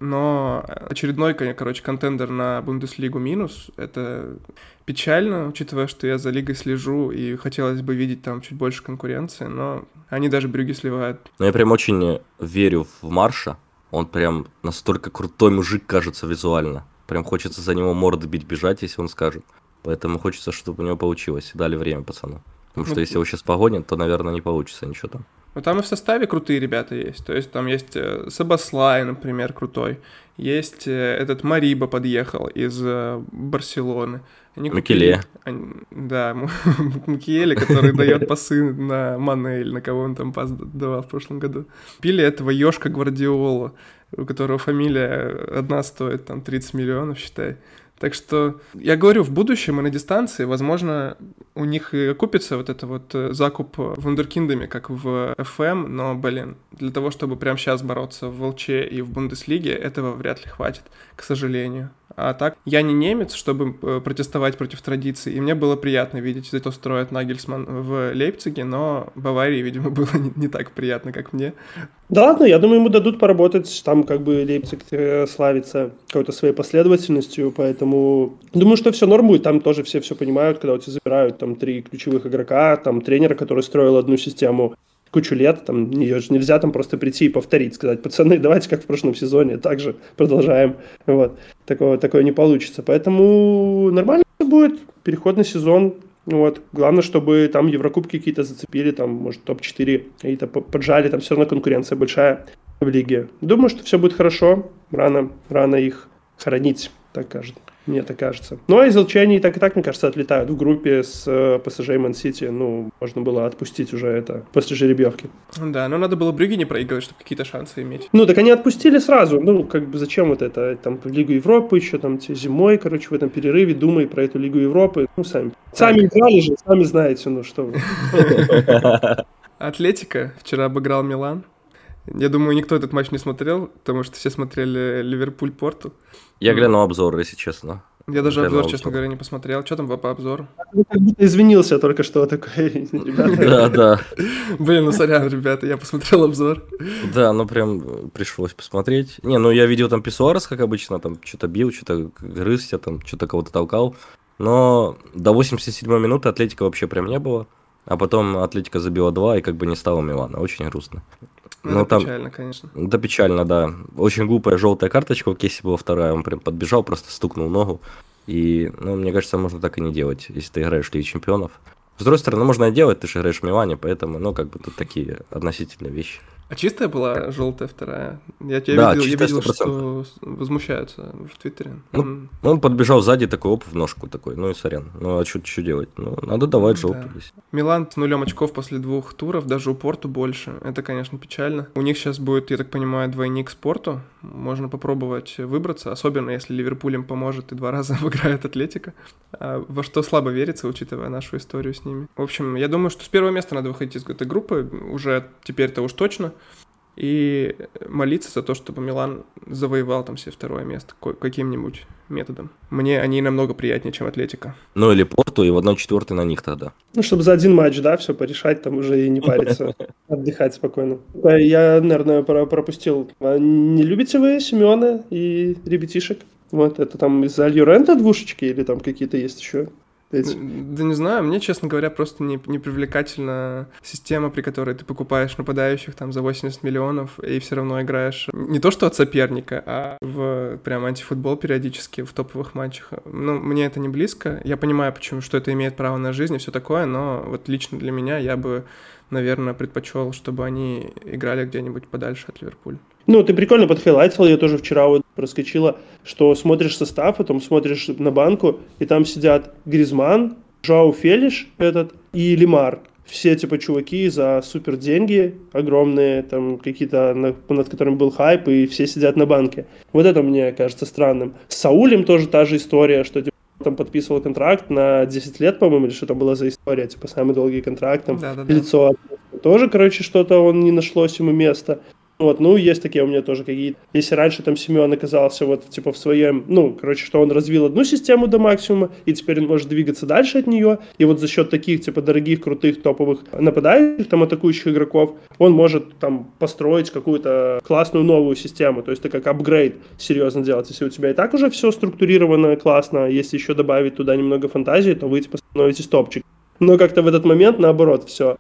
Но очередной, короче, контендер на Бундеслигу минус. Это печально, учитывая, что я за лигой слежу и хотелось бы видеть там чуть больше конкуренции, но они даже Брюгге сливают. Но я прям очень верю в Марша. Он прям настолько крутой мужик, кажется, визуально. Прям хочется за него морды бить, бежать, если он скажет. Поэтому хочется, чтобы у него получилось. И дали время пацану. Потому что ну, если его сейчас погонят, то, наверное, не получится ничего там. Ну, там и в составе крутые ребята есть. То есть там есть э, Сабаслай, например, крутой. Есть э, этот Мариба подъехал из э, Барселоны. Они Мукеле. Они, да, Мукеле, который дает пасы на Мане, или на кого он там пас давал в прошлом году. Пили этого Йошка Гвардиолу, у которого фамилия одна стоит там тридцать миллионов, считай. Так что, я говорю, в будущем и на дистанции, возможно, у них и окупится вот это вот закуп вундеркиндами, как в эф эм, но, блин, для того, чтобы прямо сейчас бороться в ЛЧ и в Бундеслиге, этого вряд ли хватит, к сожалению. А так, я не немец, чтобы протестовать против традиций, и мне было приятно видеть, что строит Нагельсман в Лейпциге, но Баварии, видимо, было не, не так приятно, как мне. Да ладно, я думаю, ему дадут поработать, там как бы Лейпциг славится какой-то своей последовательностью, поэтому думаю, что все норм будет, там тоже все все понимают, когда у тебя забирают там три ключевых игрока, там тренера, который строил одну систему кучу лет, там ее же нельзя там просто прийти и повторить, сказать, пацаны, давайте как в прошлом сезоне, так же продолжаем, вот, такое, такое не получится, поэтому нормально будет, переходный сезон, вот, главное, чтобы там Еврокубки какие-то зацепили, там, может, топ четыре какие-то поджали, там все равно конкуренция большая в лиге. Думаю, что все будет хорошо, рано, рано их хоронить, так кажется. Мне так кажется. Ну, а из ЛЧ они так и так, мне кажется, отлетают в группе с ПСЖ и Ман-Сити. Ну, можно было отпустить уже это после жеребьевки. Да, но надо было Брюгге не проигрывать, чтобы какие-то шансы иметь. Ну, так они отпустили сразу. Ну, как бы зачем вот это? Там в Лигу Европы еще, там зимой, короче, в этом перерыве думай про эту Лигу Европы. Ну, сами. Так. Сами играли же, сами знаете, ну что вы. Атлетико вчера обыграл Милан. Я думаю, никто этот матч не смотрел, потому что все смотрели Ливерпуль-Порту. Я глянул обзор, если честно. Я даже Глянул обзор, честно говоря, не посмотрел. Что там по обзору? Ну, как будто извинился только что такой, ребята. Да, да. Блин, ну сорян, ребята, я посмотрел обзор. Да, ну прям пришлось посмотреть. Не, ну я видел там Писуарес, как обычно, там что-то бил, что-то грызся, там что-то кого-то толкал. Но до восемьдесят седьмой минуты Атлетика вообще прям не было. А потом Атлетика забила два, и как бы не стало Милана. Очень грустно. Ну, Ну, это там- печально, конечно. Да, печально, да. Очень глупая желтая карточка у Кесси была вторая. Он прям подбежал, просто стукнул ногу. И, ну, мне кажется, можно так и не делать, если ты играешь в Лиге Чемпионов. С другой стороны, можно и делать, ты же играешь в Милане, поэтому, ну, как бы тут такие относительные вещи. А чистая была желтая вторая? Я, я Да, видел, я чистая видел, сто что возмущаются в Твиттере. Ну, М. Он подбежал сзади, такой оп, в ножку такой, ну и сорян. Ну, а что делать? Ну, надо давать Ну, желтую. да. здесь. Милан с нулем очков после двух туров, даже у Порту больше. Это, конечно, печально. У них сейчас будет, я так понимаю, двойник с Порту. Можно попробовать выбраться, особенно если Ливерпуль им поможет и два раза обыграет Атлетико. А во что слабо верится, учитывая нашу историю с ними. В общем, я думаю, что с первого места надо выходить из этой группы, уже теперь-то уж точно. И молиться за то, чтобы Милан завоевал там себе второе место ко- каким-нибудь методом. Мне они намного приятнее, чем Атлетико. Ну, или Порту, и в одной четвертой на них тогда. Ну, чтобы за один матч, да, все порешать, там уже и не париться, отдыхать спокойно. Да, я, наверное, про- пропустил. А не любите вы Симеона и ребятишек? Вот, это там из-за Альюрента двушечки или там какие-то есть еще? Эти? Да не знаю, мне, честно говоря, просто не, не привлекательна система, при которой ты покупаешь нападающих там за восемьдесят миллионов и все равно играешь не то что от соперника, а в прям антифутбол периодически в топовых матчах. Ну, мне это не близко. Я понимаю, почему, что это имеет право на жизнь и все такое, но вот лично для меня я бы, наверное, предпочел, чтобы они играли где-нибудь подальше от Ливерпуля. Ну, ты прикольно подхайлайтил, я тоже вчера вот проскочила, что смотришь состав, потом смотришь на банку, и там сидят Гризман, Жоау Фелиш этот и Лемар. Все типа чуваки за супер деньги огромные, там какие-то, над которыми был хайп, и все сидят на банке. Вот это мне кажется странным. С Саулем тоже та же история, что типа там подписывал контракт на десять лет, по-моему, или что там была за история, типа самый долгий контракт, там Да-да-да. лицо тоже, короче, что-то он не нашлось ему места. Вот, ну, есть такие у меня тоже какие-то. Если раньше там Симеон оказался вот, типа, в своем, ну, короче, что он развил одну систему до максимума, и теперь он может двигаться дальше от нее, и вот за счет таких, типа, дорогих, крутых, топовых нападающих, там, атакующих игроков, он может, там, построить какую-то классную новую систему, то есть это как апгрейд серьезно делать. Если у тебя и так уже все структурировано классно, если еще добавить туда немного фантазии, то вы, типа, становитесь топчик. Но как-то в этот момент, наоборот, все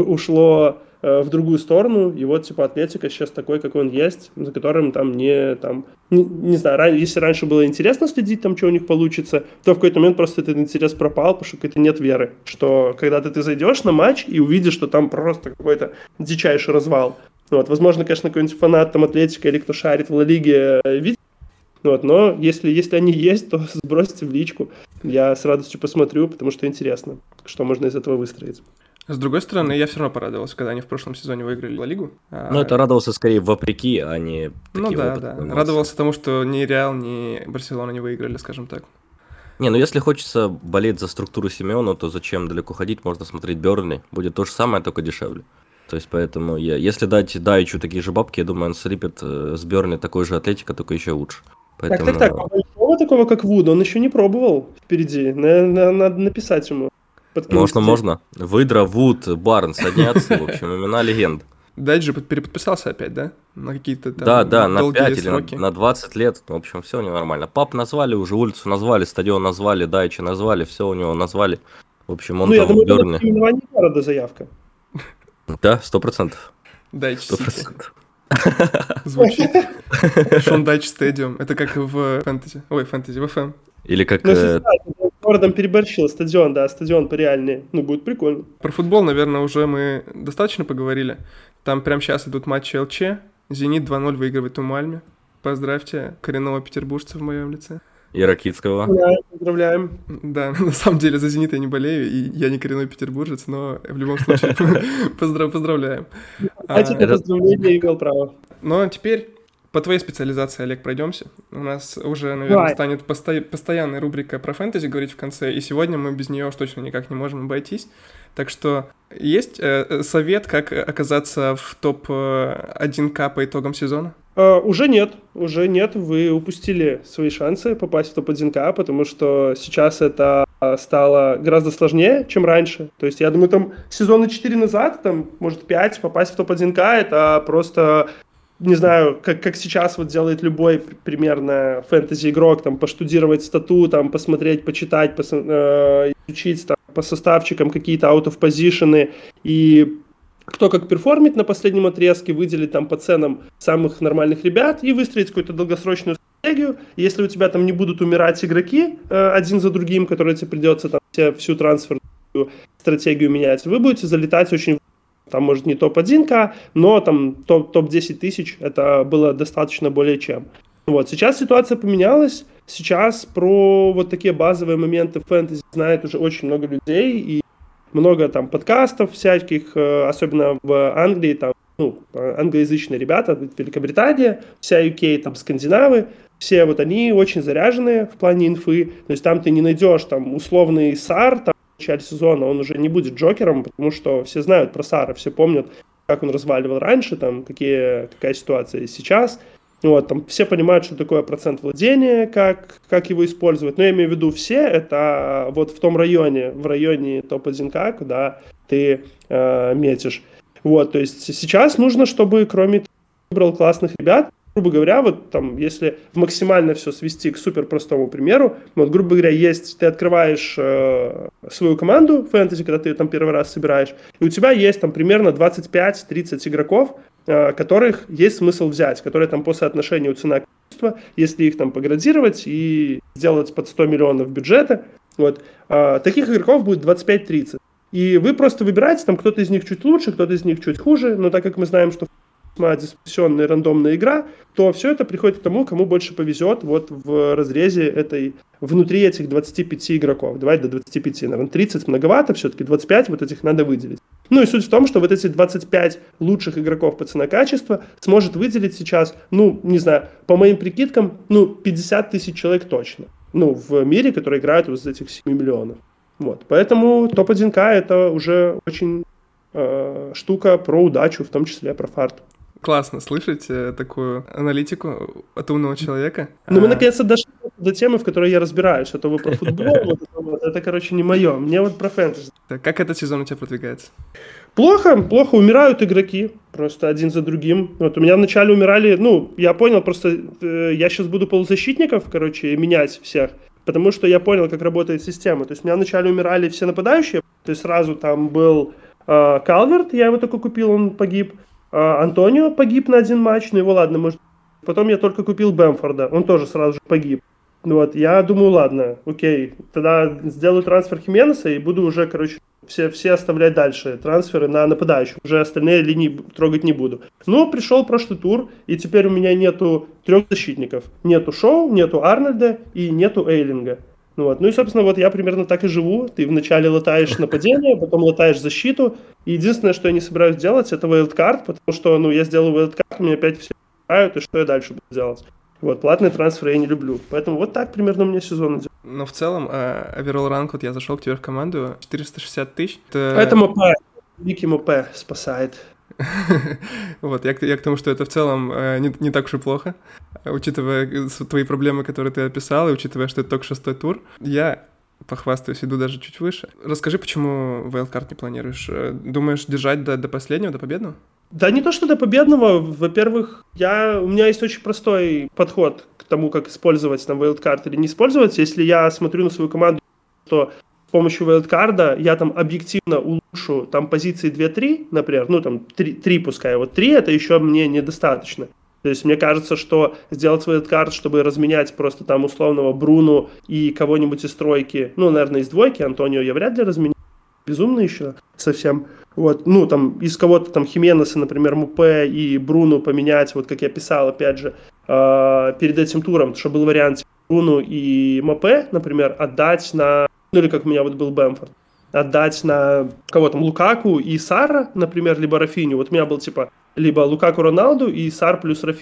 ушло в другую сторону, и вот, типа, Атлетико сейчас такой, какой он есть, за которым там не, там, не, не знаю, если раньше было интересно следить, там, что у них получится, то в какой-то момент просто этот интерес пропал, потому что какой-то нет веры, что когда-то ты зайдешь на матч и увидишь, что там просто какой-то дичайший развал. Вот, возможно, конечно, какой-нибудь фанат там Атлетико или кто шарит в Ла Лиге видит, вот, но если, если они есть, то сбросьте в личку, я с радостью посмотрю, потому что интересно, что можно из этого выстроить. С другой стороны, я все равно порадовался, когда они в прошлом сезоне выиграли Ла Лигу. Ну, это радовался скорее вопреки, а не Ну такие да, опытные да. эмоции. Радовался тому, что ни Реал, ни Барселона не выиграли, скажем так. Не, ну если хочется болеть за структуру Симеона, то зачем далеко ходить, можно смотреть Бернли, будет то же самое, только дешевле. То есть поэтому, я, если дать Дайчу такие же бабки, я думаю, он слепит э, с Бернли такой же Атлетико, только еще лучше. Поэтому... Так, так, так, большого такого, как Вуд, он еще не пробовал впереди, надо, надо написать ему. Можно, можно. Выдра, Вуд, Барнс, одни отцы, в общем, имена легенд. Дайч же переподписался опять, да? На какие-то там Да, да, на долгие пять или сроки. на, на двадцать лет. В общем, все у него нормально. Пап назвали, уже улицу назвали, стадион назвали, Дайча назвали, все у него назвали. В общем, он Ну, я там думаю, в Бернли. это наименование города заявка. Да, сто процентов. Дайч Сто Сити. процентов. Звучит. Шон Дайч Стадиум. Это как в фэнтези. Ой, фэнтези, в эф эм. Или как... Ну, э, если знать, с городом переборщил, стадион, да, стадион пореальнее. Ну, будет прикольно. Про футбол, наверное, уже мы достаточно поговорили. Там прямо сейчас идут матчи ЛЧ. Зенит два ноль выигрывает у Мальме. Поздравьте коренного петербуржца в моем лице. и Ракитского. Да, поздравляем. Да, на самом деле за «Зенит» я не болею, и я не коренной петербуржец, но в любом случае поздрав- поздравляем. А тебе поздравления, имел право. Но теперь По твоей специализации, Олег, пройдемся. У нас уже, наверное, Давай. станет посто... постоянной рубрика про фэнтези говорить в конце, и сегодня мы без нее уж точно никак не можем обойтись. Так что есть э, совет, как оказаться в топ один ка по итогам сезона? Uh, уже нет, уже нет, вы упустили свои шансы попасть в топ один ка, потому что сейчас это стало гораздо сложнее, чем раньше. То есть я думаю, там сезона четыре назад, там, может, пять, попасть в топ один ка, это просто, не знаю, как, как сейчас вот делает любой примерно фэнтези-игрок, там, поштудировать стату, там, посмотреть, почитать, пос, э, изучить там, по составчикам какие-то out-of-позишены и кто как перформит на последнем отрезке, выделить там по ценам самых нормальных ребят и выстроить какую-то долгосрочную стратегию. Если у тебя там не будут умирать игроки э, один за другим, которые тебе придется там все, всю трансферную стратегию менять, вы будете залетать очень, там, может, не топ один ка, но там топ, топ десять тысяч, это было достаточно более чем. Вот, сейчас ситуация поменялась, сейчас про вот такие базовые моменты фэнтези знает уже очень много людей, и много там подкастов всяких, особенно в Англии, там, ну, англоязычные ребята, Великобритания, вся ю кей, там, скандинавы, все вот они очень заряженные в плане инфы, то есть там ты не найдешь там условный Сар, там, в начале сезона он уже не будет Джокером, потому что все знают про Сара, все помнят, как он разваливал раньше, там, какие, какая ситуация сейчас. Вот, там все понимают, что такое процент владения, как, как его использовать. Но я имею в виду все, это вот в том районе, в районе топ один ка, куда ты э, метишь. Вот, то есть сейчас нужно, чтобы кроме того, выбрал классных ребят, грубо говоря, вот там, если максимально все свести к супер простому примеру, вот, грубо говоря, есть, ты открываешь э, свою команду фэнтези, когда ты ее там первый раз собираешь, и у тебя есть там примерно двадцать пять тридцать игроков, э, которых есть смысл взять, которые там по соотношению цена-качество, если их там поградировать и сделать под сто миллионов бюджета, вот, э, таких игроков будет двадцать пять тридцать. И вы просто выбираете, там кто-то из них чуть лучше, кто-то из них чуть хуже, но так как мы знаем, что диспрессионная рандомная игра, то все это приходит к тому, кому больше повезет вот в разрезе этой, внутри этих двадцати пяти игроков. Давай до двадцати пяти, наверное, тридцать многовато, все-таки двадцать пять вот этих надо выделить. Ну и суть в том, что вот эти двадцать пять лучших игроков по цена-качество сможет выделить сейчас, ну, не знаю, по моим прикидкам, ну, пятьдесят тысяч человек точно. Ну, в мире, которые играют из этих семи миллионов. Вот, поэтому топ один ка это уже очень э, штука про удачу, в том числе про фарт. Классно слышать э, такую аналитику от умного человека. Ну, мы наконец-то дошли до темы, в которой я разбираюсь. А то вы про футбол, вот это, вот, это, короче, не мое. Мне вот про фэнтези. Как этот сезон у тебя продвигается? Плохо, плохо. Умирают игроки просто один за другим. Вот у меня вначале умирали, ну, я понял, просто э, я сейчас буду полузащитников, короче, менять всех. Потому что я понял, как работает система. То есть у меня вначале умирали все нападающие. То есть сразу там был э, Калверт, я его только купил, он погиб. Э, Антонио погиб на один матч, ну его ладно, может. Потом я только купил Бэмфорда, он тоже сразу же погиб. Вот, я думаю, ладно, окей, тогда сделаю трансфер Хименеса и буду уже, короче, все, все оставлять дальше трансферы на нападающих. Уже остальные линии трогать не буду. Но пришел прошлый тур, и теперь у меня нету трех защитников. Нету Шоу, нету Арнольда и нету Эйлинга. Ну, вот. Ну и, собственно, вот я примерно так и живу. Ты вначале латаешь нападение, потом латаешь защиту. И единственное, что я не собираюсь делать, это вайлдкарт, потому что, ну, я сделаю вайлдкарт, меня опять все играют, и что я дальше буду делать? Вот, платные трансферы я не люблю. Поэтому вот так примерно у меня сезон идет. Но в целом, оверолл ранг, вот я зашел к тебе в команду, четыреста шестьдесят тысяч. Это, это МП. Великий МП спасает. Вот, я, я к тому, что это в целом не, не так уж и плохо, учитывая твои проблемы, которые ты описал, и учитывая, что это только шестой тур. Я похвастаюсь, иду даже чуть выше. Расскажи, почему вайлдкарт не планируешь? Думаешь держать до, до последнего, до победного? Да не то, что до победного. Во-первых, я, у меня есть очень простой подход к тому, как использовать там вайлдкарт или не использовать. Если я смотрю на свою команду, что с помощью вайлдкарда я там объективно улучшу там позиции два-три, например, ну там три пускай, вот три это еще мне недостаточно. То есть мне кажется, что сделать вайлдкарт, чтобы разменять просто там условного Бруну и кого-нибудь из тройки, ну, наверное, из двойки, Антонио я вряд ли разменю, безумно еще совсем. Вот, ну, там, из кого-то там Хименеса, например, Мупе и Бруну поменять, вот как я писал, опять же, э, перед этим туром, что был вариант Бруну и Мупе, например, отдать на, ну, или как у меня вот был Бэмфорд, отдать на кого там, Лукаку и Сара, например, либо Рафиню. Вот у меня был, типа, либо Лукаку Роналду и Сар плюс Рафиню.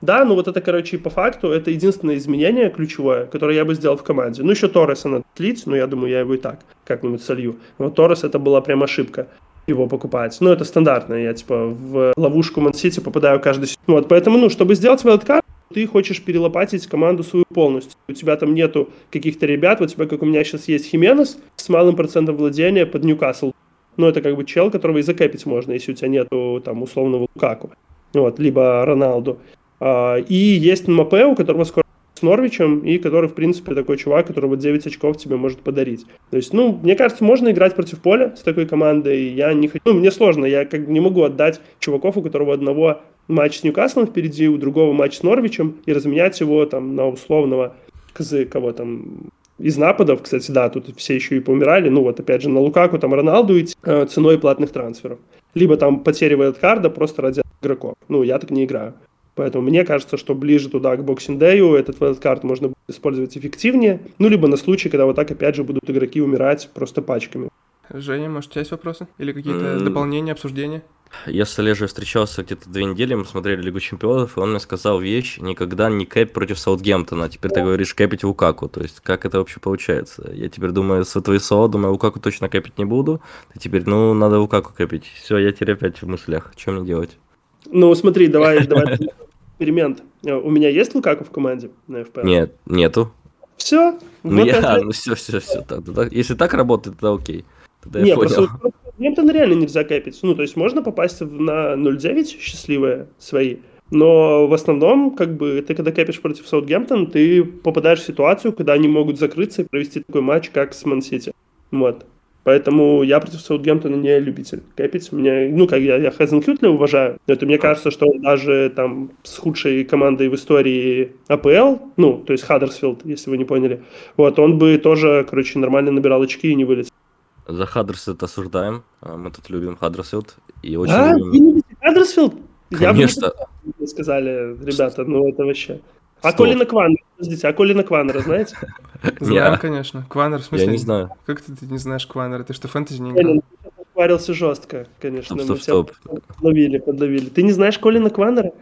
Да, ну вот это, короче, по факту, это единственное изменение ключевое, которое я бы сделал в команде. Ну, еще Торреса надо слить, но я думаю, я его и так как-нибудь солью. Вот Торрес это была прям ошибка его покупать. Ну, это стандартно, я типа в ловушку Ман-Сити попадаю каждый сезон. Вот, поэтому, ну, чтобы сделать вайлдкарт, ты хочешь перелопатить команду свою полностью. У тебя там нету каких-то ребят, вот у тебя, как у меня сейчас есть Хименес с малым процентом владения под Ньюкасл. Ну, это как бы чел, которого и закэпить можно, если у тебя нету там условного Лукаку. Вот, либо Роналду. А, и есть Мбаппе, у которого скоро с Норвичем, и который, в принципе, такой чувак, который вот девять очков тебе может подарить. То есть, ну, мне кажется, можно играть против поля с такой командой. Я не хочу... Ну, мне сложно, я как бы не могу отдать чуваков, у которого одного матч с Ньюкаслом впереди, у другого матч с Норвичем, и разменять его там на условного, козы, кого там... Из нападов, кстати, да, тут все еще и поумирали, ну вот опять же на Лукаку, там Роналду идти э, ценой платных трансферов. Либо там потери вайлдкарда просто ради игроков. Ну, я так не играю. Поэтому мне кажется, что ближе туда к боксинг-дэю этот вайлдкард можно будет использовать эффективнее. Ну, либо на случай, когда вот так опять же будут игроки умирать просто пачками. Женя, может, у тебя есть вопросы? Или какие-то Mm. дополнения, обсуждения? Я с Олежей встречался где-то две недели, мы смотрели Лигу Чемпионов, и он мне сказал вещь: никогда не кэп против Саутгемптона. Теперь ты говоришь кэпить Лукаку. То есть как это вообще получается? Я теперь думаю, с твоей СО, думаю, Лукаку точно кэпить не буду. Ты теперь, ну, надо Лукаку кэпить. Все, я теперь опять в мыслях. Что мне делать? Ну, смотри, давай, давай эксперимент. У меня есть Лукаку в команде на эф пи эл? Нет, нету. Все. Ну, вот я, это... ну все, все, все. Так, так, если так работает, то окей. Тогда я Нет, понял. просто Гемптон реально нельзя кэпить. Ну, то есть можно попасть в- на ноль девять счастливые свои, но в основном, как бы, ты когда кэпишь против Саутгемптона, ты попадаешь в ситуацию, когда они могут закрыться и провести такой матч, как с Ман-Сити. Вот. Поэтому я против Саутгемптона не любитель кэпить. Мне, ну, как я, я Хазенкютля уважаю, но это мне кажется, что он даже там с худшей командой в истории АПЛ, ну, то есть Хаддерсфилд, если вы не поняли, вот, он бы тоже, короче, нормально набирал очки и не вылетел. За Хаддерсфилд осуждаем. А, Мы тут любим Хаддерсфилд. И очень А, любим... вы любите Хаддерсфилд? Я бы не Конечно. сказал, вы сказали, ребята, ну это вообще. А Стоп. Колина Кванера, подождите, а Колина Кванера знаете? Знаем, Не, конечно. Кванер, в смысле? Я не знаю. Как ты, ты не знаешь Кванера? Ты что, фэнтези не играл? Колин парился жестко, конечно. Стоп, мы стоп, тебя подловили, подловили. Ты не знаешь Колина Кванера?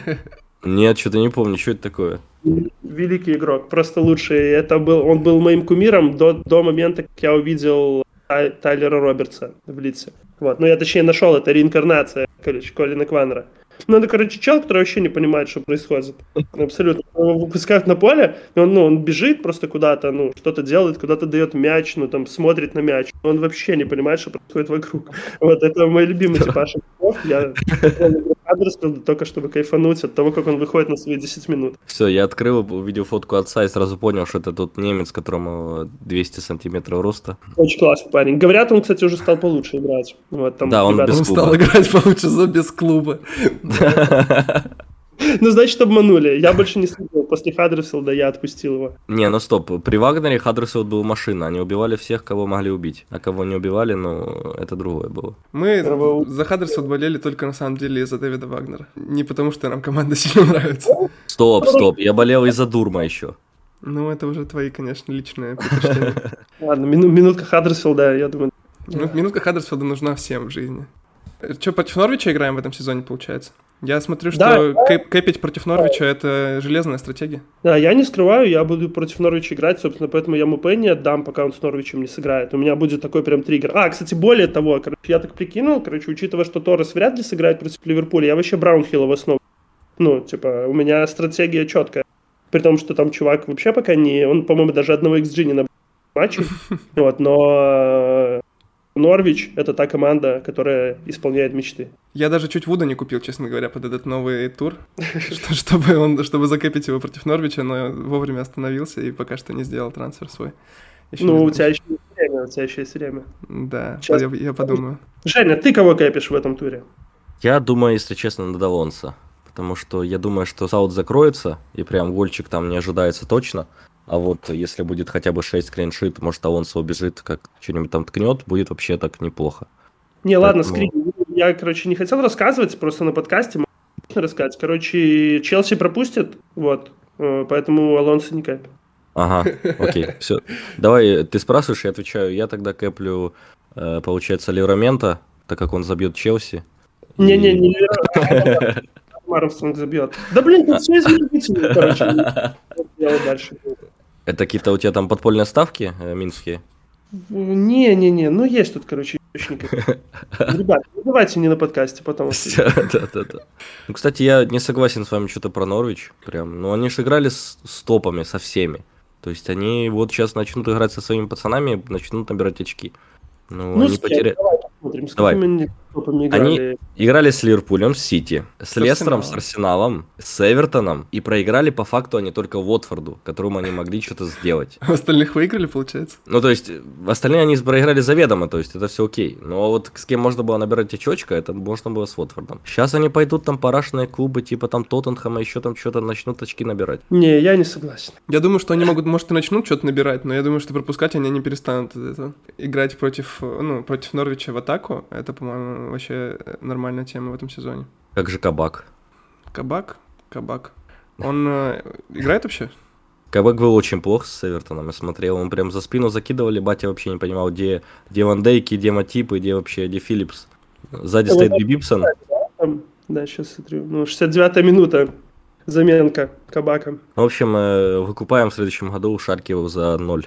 Нет, что-то не помню, что это такое. Великий игрок, просто лучший. Это был, он был моим кумиром до, до момента, как я увидел Тай- Тайлера Робертса в Лидсе. Вот. Ну, я точнее нашел, это реинкарнация, короче, Колина Кванера. Ну, это, короче, чел, который вообще не понимает, что происходит. Абсолютно. Его выпускают на поле, и он, ну, он бежит просто куда-то, ну, что-то делает, куда-то дает мяч, ну, там, смотрит на мяч. Он вообще не понимает, что происходит вокруг. Вот, это мой любимый типаж игроков. Я Хаддерсфилда только чтобы кайфануть от того, как он выходит на свои десять минут. Все, я открыл, увидел фотку отца и сразу понял, что это тот немец, которому двести сантиметров роста. Очень классный парень. Говорят, он, кстати, уже стал получше играть. Вот, там Да, он ребята- без Он клуба. стал играть получше за без клуба. Ну, значит, обманули. Я больше не следил. После Хаддерсфилда я отпустил его. Не, ну стоп, при Вагнере Хаддерсфилд был машина, они убивали всех, кого могли убить, а кого не убивали, ну, это другое было. Мы Здорово. за Хаддерсфилд болели только на самом деле из-за Дэвида Вагнера. Не потому, что нам команда сильно нравится. Стоп, стоп, я болел из-за Дурма еще. Ну, это уже твои, конечно, личные предпочтения. Ладно, мину- минутка Хаддерсфилда, я думаю. Мину- Минутка Хаддерсфилда нужна всем в жизни. Че, против Норвича играем в этом сезоне, получается? Я смотрю, что Да. кэп- кэпить против Норвича — это железная стратегия. Да, я не скрываю, я буду против Норвича играть, собственно, поэтому я МП не отдам, пока он с Норвичем не сыграет. У меня будет такой прям триггер. А, кстати, более того, короче, я так прикинул, короче, учитывая, что Торрес вряд ли сыграет против Ливерпуля, я вообще Браунхилла в основу. Ну, типа, у меня стратегия четкая. При том, что там чувак вообще пока не... Он, по-моему, даже одного икс джи не набрал в матче. Вот, но... Норвич — это та команда, которая исполняет мечты. Я даже чуть Вуда не купил, честно говоря, под этот новый тур, что- чтобы, он, чтобы закэпить его против Норвича, но вовремя остановился и пока что не сделал трансфер свой. Ещё Ну, не у знаю. тебя еще есть время, у тебя еще есть время. Да, Сейчас. я, я подумаю. Женя, ты кого кэпишь в этом туре? Я думаю, если честно, на Далонса, потому что я думаю, что Саут закроется, и прям гольчик там не ожидается точно. А вот если будет хотя бы шесть клиншит, может, Алонсо убежит, как что-нибудь там ткнет, будет вообще так неплохо. Не, ладно, Поэтому- скрин. Я, короче, не хотел рассказывать, просто на подкасте могу рассказать. Короче, Челси пропустит, вот, э, поэтому Алонсо не кэп. Ага, окей, все. Давай, ты спрашиваешь, я отвечаю. Я тогда кэплю, э, получается, Леврамента, так как он забьет Челси. И- Не-не, не Армстронг забьет. Да блин, тут все изменится, короче. Делать дальше. Это какие-то у тебя там подпольные ставки э, минские? Не-не-не, ну есть тут, короче, источники. Ребят, ну давайте не на подкасте, потом. Да-да-да. Ну, кстати, я не согласен с вами что-то про Норвич. Прям, ну, они же играли с, с топами, со всеми. То есть они вот сейчас начнут играть со своими пацанами, начнут набирать очки. Ну, Ну, они с кем? потеряли. Давай посмотрим, с Давай. какими они топами Они играли. играли с Ливерпулем, с Сити, с, С Лестером, с Арсеналом. Арсеналом, с Эвертоном. И проиграли по факту они только Уотфорду, которому они могли что-то сделать. Остальных выиграли, получается? Ну, то есть, остальные они проиграли заведомо, то есть, это все окей. Но вот с кем можно было набирать очечко, это можно было с Уотфордом. Сейчас они пойдут там парашные клубы, типа там Тоттенхэма, еще там что-то начнут очки набирать. Не, я не согласен. Я думаю, что они могут, может, и начнут что-то набирать, но я думаю, что пропускать они не перестанут от этого. Играть против, ну, против Норвича в атаку, это, по-моему, вообще нормальная тема в этом сезоне. Как же Кабак. Кабак? Кабак. Он э, играет вообще? Кабак был очень плохо с Эвертоном, я смотрел, он прям за спину закидывали, батя вообще не понимал, где, где Ван Дейки, где Матип и где вообще, где Филлипс. Сзади Ну, стоит вот Бибипсон. Там, да, сейчас смотрю. Ну, шестьдесят девятая минута. Заменка Кабака. В общем, э, выкупаем в следующем году Шаркиву за ноль.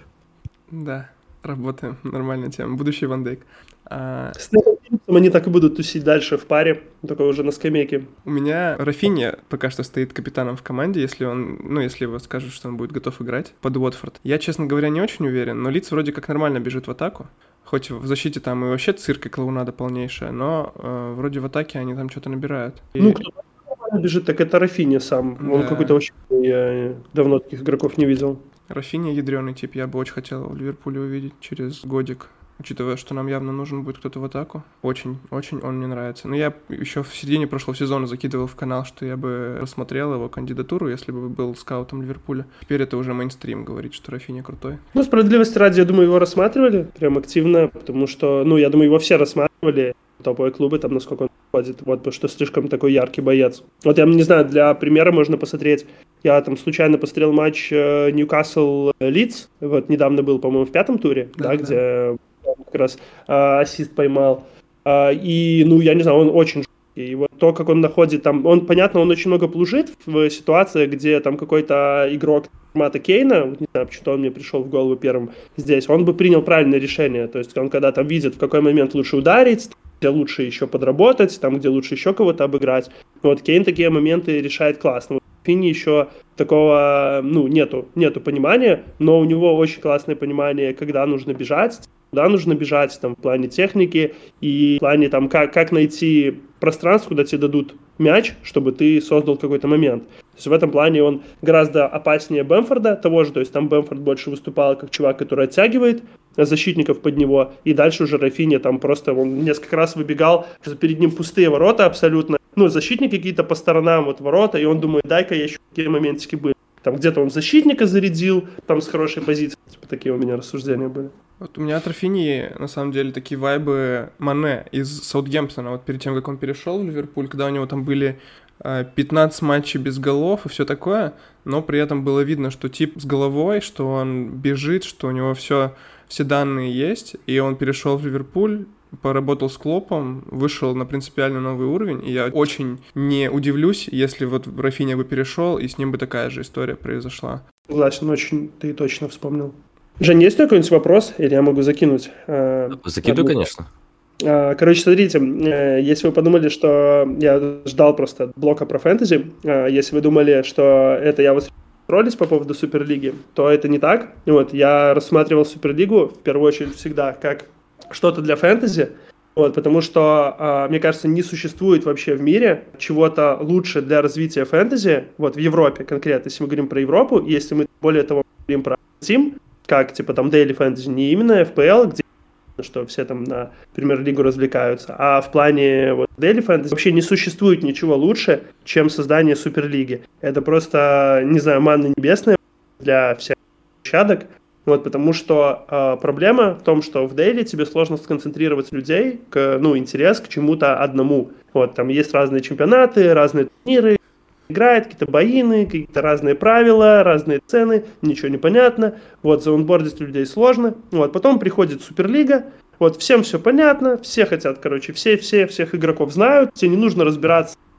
Да, работаем. Нормальная тема. Будущий Ван Дейк. А, С Нэттом Филлипсом они так и будут тусить дальше в паре, только уже на скамейке. у меня Рафинья пока что стоит капитаном в команде, если он, ну, если его скажут, что он будет готов играть под Уотфорд. Я, честно говоря, не очень уверен, но Лидс вроде как нормально бежит в атаку. Хоть в защите там и вообще цирк и клоунада полнейшая, но э, вроде в атаке они там что-то набирают. И- Ну, кто нормально бежит, так это Рафинья сам. Он Да. какой-то вообще... Я давно таких игроков не видел. Рафинья ядреный тип, я бы очень хотел в Ливерпуле увидеть через годик. Учитывая, что нам явно нужен будет кто-то в атаку. Очень, очень он мне нравится. Но я еще в середине прошлого сезона закидывал в канал, что я бы рассмотрел его кандидатуру, если бы был скаутом Ливерпуля. Теперь это уже мейнстрим, говорит, что Рафинья крутой. Ну, справедливости ради, я думаю, его рассматривали прям активно, потому что, ну, я думаю, его все рассматривали, топовые клубы, там, насколько он ходит, вот, потому что слишком такой яркий боец. Вот я не знаю, для примера можно посмотреть, я там случайно посмотрел матч э, Ньюкасл-Лидс, вот, недавно был, по-моему, в пятом туре, да, Да, да. где как раз э, ассист поймал, А, и, ну, я не знаю, он очень жесткий, и вот то, как он находит там, он, понятно, он очень много плужит в ситуациях, где там какой-то игрок формата Кейна, вот не знаю, почему он мне пришел в голову первым здесь, он бы принял правильное решение, то есть он когда там видит, в какой момент лучше ударить, где лучше еще подработать, там, где лучше еще кого-то обыграть. Вот Кейн такие моменты решает классно. Вот в Финни еще такого, ну, нету, нету понимания, но у него очень классное понимание, когда нужно бежать, куда нужно бежать, там, в плане техники и в плане, там, как, как найти пространство, куда тебе дадут мяч, чтобы ты создал какой-то момент. То есть в этом плане он гораздо опаснее Бэмфорда того же, то есть там Бэмфорд больше выступал как чувак, который оттягивает защитников под него, и дальше уже Рафинья там просто, он несколько раз выбегал, что перед ним пустые ворота абсолютно, ну, защитники какие-то по сторонам, вот ворота, и он думает, дай-ка я еще какие моментики были. Там где-то он защитника зарядил, там с хорошей позиции, типа такие у меня рассуждения были. Вот у меня от Рафиньи, на самом деле, такие вайбы Мане из Саутгемптона, вот перед тем, как он перешел в Ливерпуль, когда у него там были э, пятнадцать матчей без голов и все такое, но при этом было видно, что тип с головой, что он бежит, что у него все, все данные есть, и он перешел в Ливерпуль, поработал с Клопом, вышел на принципиально новый уровень, и я очень не удивлюсь, если вот Рафинья бы перешел, и с ним бы такая же история произошла. Согласен, очень ты точно вспомнил. Жень, есть какой-нибудь вопрос, или я могу закинуть? Закидывай, конечно. Короче, смотрите, если вы подумали, что я ждал просто блока про фэнтези, если вы думали, что это я вас троллюсь по поводу Суперлиги, то это не так. Вот, я рассматривал Суперлигу, в первую очередь, всегда как что-то для фэнтези, вот, потому что, мне кажется, не существует вообще в мире чего-то лучше для развития фэнтези, вот, в Европе конкретно, если мы говорим про Европу, если мы, более того, говорим про Team, как, типа, там, Daily Fantasy, не именно эф пи эл, где, что все там на Премьер-лигу развлекаются, а в плане вот, Daily Fantasy вообще не существует ничего лучше, чем создание Суперлиги. Это просто, не знаю, манна небесная для всех площадок, вот, потому что э, проблема в том, что в Daily тебе сложно сконцентрировать людей, к, ну, интерес к чему-то одному. Вот, там есть разные чемпионаты, разные турниры, играет, какие-то боины, какие-то разные правила, разные цены, ничего не понятно. Вот, заонбордить людей сложно. Вот, потом приходит Суперлига, вот, всем все понятно, все хотят, короче, все, все, всех игроков знают, тебе не нужно разбираться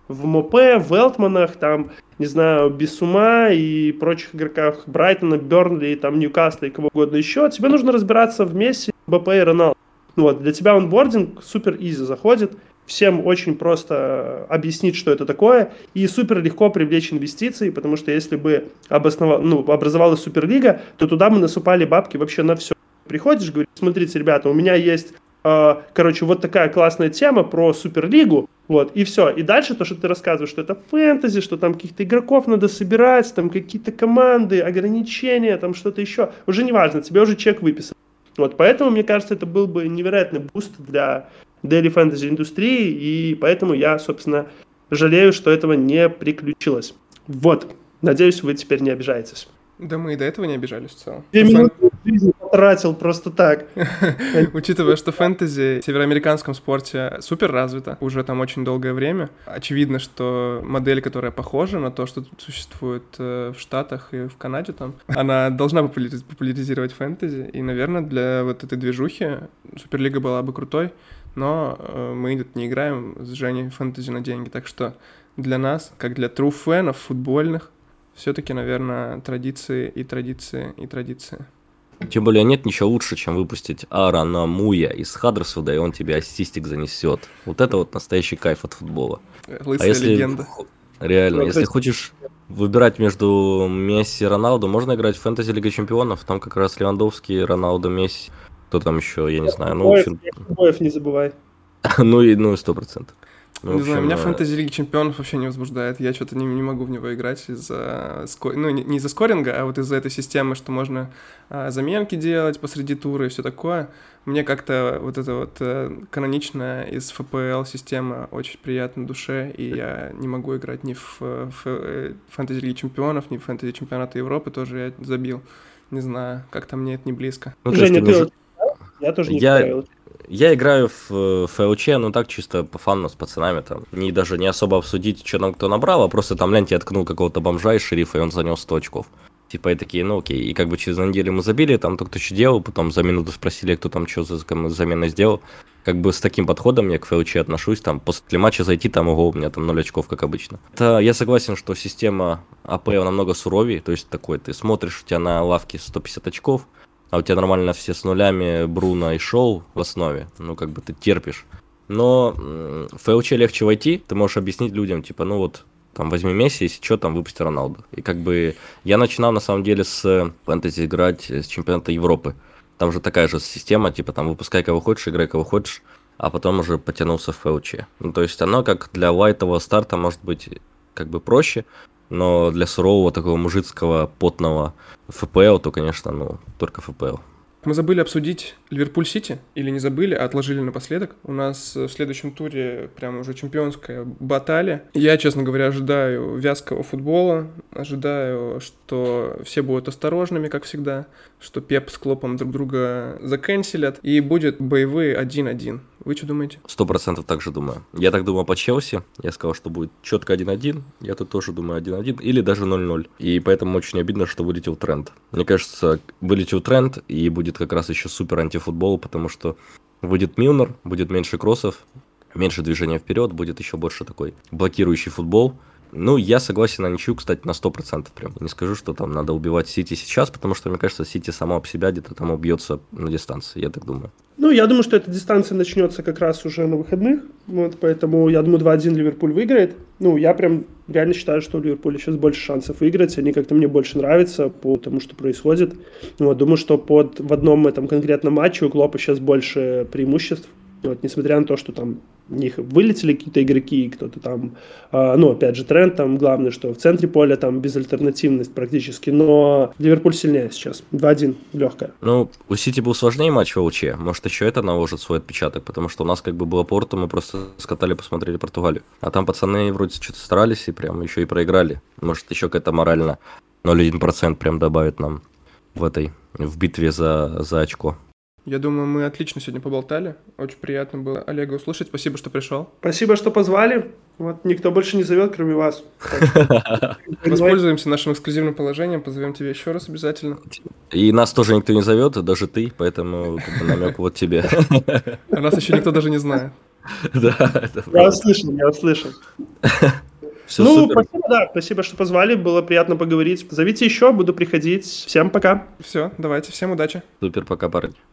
в Мопе, в Велтманах, там, не знаю, Бисума и прочих игроках Брайтона, Бернли, там, Ньюкасла и кого угодно еще, тебе нужно разбираться в Месси, Мбаппе и Роналду. Вот, для тебя онбординг супер изи заходит, всем очень просто объяснить, что это такое, и супер легко привлечь инвестиции, потому что если бы обоснова... ну, образовалась Суперлига, то туда мы насыпали бабки вообще на все. Приходишь, говоришь, смотрите, ребята, у меня есть, э, короче, вот такая классная тема про Суперлигу, вот, и все. И дальше то, что ты рассказываешь, что это фэнтези, что там каких-то игроков надо собирать, там какие-то команды, ограничения, там что-то еще, уже не важно, тебе уже чек выписан. Вот, поэтому, мне кажется, это был бы невероятный буст для daily fantasy индустрии, и поэтому я, собственно, жалею, что этого не приключилось. Вот, надеюсь, вы теперь не обижаетесь. Да мы и до этого не обижались в целом. Две минуты жизни потратил просто так. Учитывая, что фэнтези в североамериканском спорте супер развито уже там очень долгое время, очевидно, что модель, которая похожа на то, что существует в Штатах и в Канаде, там, она должна популяризировать фэнтези, и, наверное, для вот этой движухи Суперлига была бы крутой, но мы не играем с Женей фэнтези на деньги, так что для нас, как для true фэнов футбольных, все-таки, наверное, традиции и традиции и традиции. Тем более нет ничего лучше, чем выпустить Аарона Муя из Хаддерсфилда, и он тебе ассистик занесет. Вот это вот настоящий кайф от футбола. Лысая а если... легенда. Реально, если хочешь выбирать между Месси и Роналду, можно играть в фэнтези Лига Чемпионов, там как раз Левандовский, Роналду, Месси, кто там еще, я не знаю. Ну, Боев, Боев не забывай. ну и ну сто процентов. Ну, не общем, знаю, меня фэнтези Лиги Чемпионов вообще не возбуждает. Я что-то не, не могу в него играть из-за... Ско... Ну, не, не из-за скоринга, а вот из-за этой системы, что можно а, заменки делать посреди тура и все такое. Мне как-то вот эта вот а, каноничная из эф пи эл система очень приятна душе, и я не могу играть ни в, в фэнтези Лиги Чемпионов, ни в фэнтези Чемпионата Европы, тоже я забил. Не знаю, как-то мне это не близко. Ну, Женя, ты... Же... Я тоже не я... ставил. Я играю в эф эл че, ну так чисто по фану с пацанами там. Не даже не особо обсудить, что там кто набрал, а просто там, гляньте, я ткнул какого-то бомжа из шерифа, и он занес сто очков. Типа и такие, ну окей. И как бы через неделю мы забили, там кто-то что делал, потом за минуту спросили, кто там что за замены сделал. Как бы с таким подходом я к эф эл че отношусь, там после матча зайти, там ого, у меня там ноль очков, как обычно. Это, я согласен, что система эй пи эл намного суровее, то есть такой, ты смотришь, у тебя на лавке сто пятьдесят очков, а у тебя нормально все с нулями, Бруно и Шоу в основе, ну, как бы ты терпишь. Но в эф эл че легче войти, ты можешь объяснить людям, типа, ну вот, там, возьми Месси, если что, там, выпусти Роналду. И как бы я начинал, на самом деле, с фэнтези играть с чемпионата Европы. Там же такая же система, типа, там, выпускай кого хочешь, играй кого хочешь, а потом уже потянулся в эф эл че. Ну, то есть оно, как для лайтового старта, может быть, как бы проще, но для сурового такого мужицкого, потного эф пи эл, то, конечно, ну, только эф пи эл. Мы забыли обсудить Ливерпуль-Сити, или не забыли, а отложили напоследок. У нас в следующем туре прям уже чемпионская баталия. Я, честно говоря, ожидаю вязкого футбола, ожидаю, что все будут осторожными, как всегда, что Пеп с Клопом друг друга закэнселят, и будет боевые один-один. Вы что думаете? Сто процентов так же думаю. Я так думал по Челси. Я сказал, что будет четко один-один. Я тут тоже думаю один-один или даже ноль-ноль. И поэтому очень обидно, что вылетел тренд. Мне кажется, вылетел тренд, и будет как раз еще супер антифутбол, потому что выйдет Милнер, будет меньше кроссов, меньше движения вперед, будет еще больше такой блокирующий футбол. Ну, я согласен на ничью, кстати, на сто процентов прям. Не скажу, что там надо убивать Сити сейчас, потому что, мне кажется, Сити сама об себя где-то там убьется на дистанции, я так думаю. Ну, я думаю, что эта дистанция начнется как раз уже на выходных, вот, поэтому, я думаю, два-один Ливерпуль выиграет. Ну, я прям реально считаю, что у Ливерпуля сейчас больше шансов выиграть, они как-то мне больше нравятся по тому, что происходит. Вот, думаю, что под, в одном этом конкретном матче у Клопа сейчас больше преимуществ. Вот, несмотря на то, что там у них вылетели какие-то игроки, кто-то там, э, ну, опять же, тренд там, главное, что в центре поля там безальтернативность практически, но Ливерпуль сильнее сейчас, два-один, легкая. Ну, у Сити был сложнее матч в ЛЧ, может, еще это наложит свой отпечаток, потому что у нас как бы было Порту, мы просто скатали, посмотрели Португалию, а там пацаны вроде что-то старались и прям еще и проиграли, может, еще какая-то морально ноль целых одна десятая процента прям добавит нам в этой, в битве за, за очко. Я думаю, мы отлично сегодня поболтали. Очень приятно было Олега услышать. Спасибо, что пришел. Спасибо, что позвали. Вот никто больше не зовет, кроме вас. Воспользуемся нашим эксклюзивным положением. Позовем тебя еще раз обязательно. И нас тоже никто не зовет, даже ты, поэтому намек вот тебе. А нас еще никто даже не знает. Да, это Я правда. услышал, я услышал. Все Ну, супер. спасибо, да, спасибо, что позвали, было приятно поговорить. Зовите еще, буду приходить. Всем пока. Все, давайте, всем удачи. Супер, пока, парни.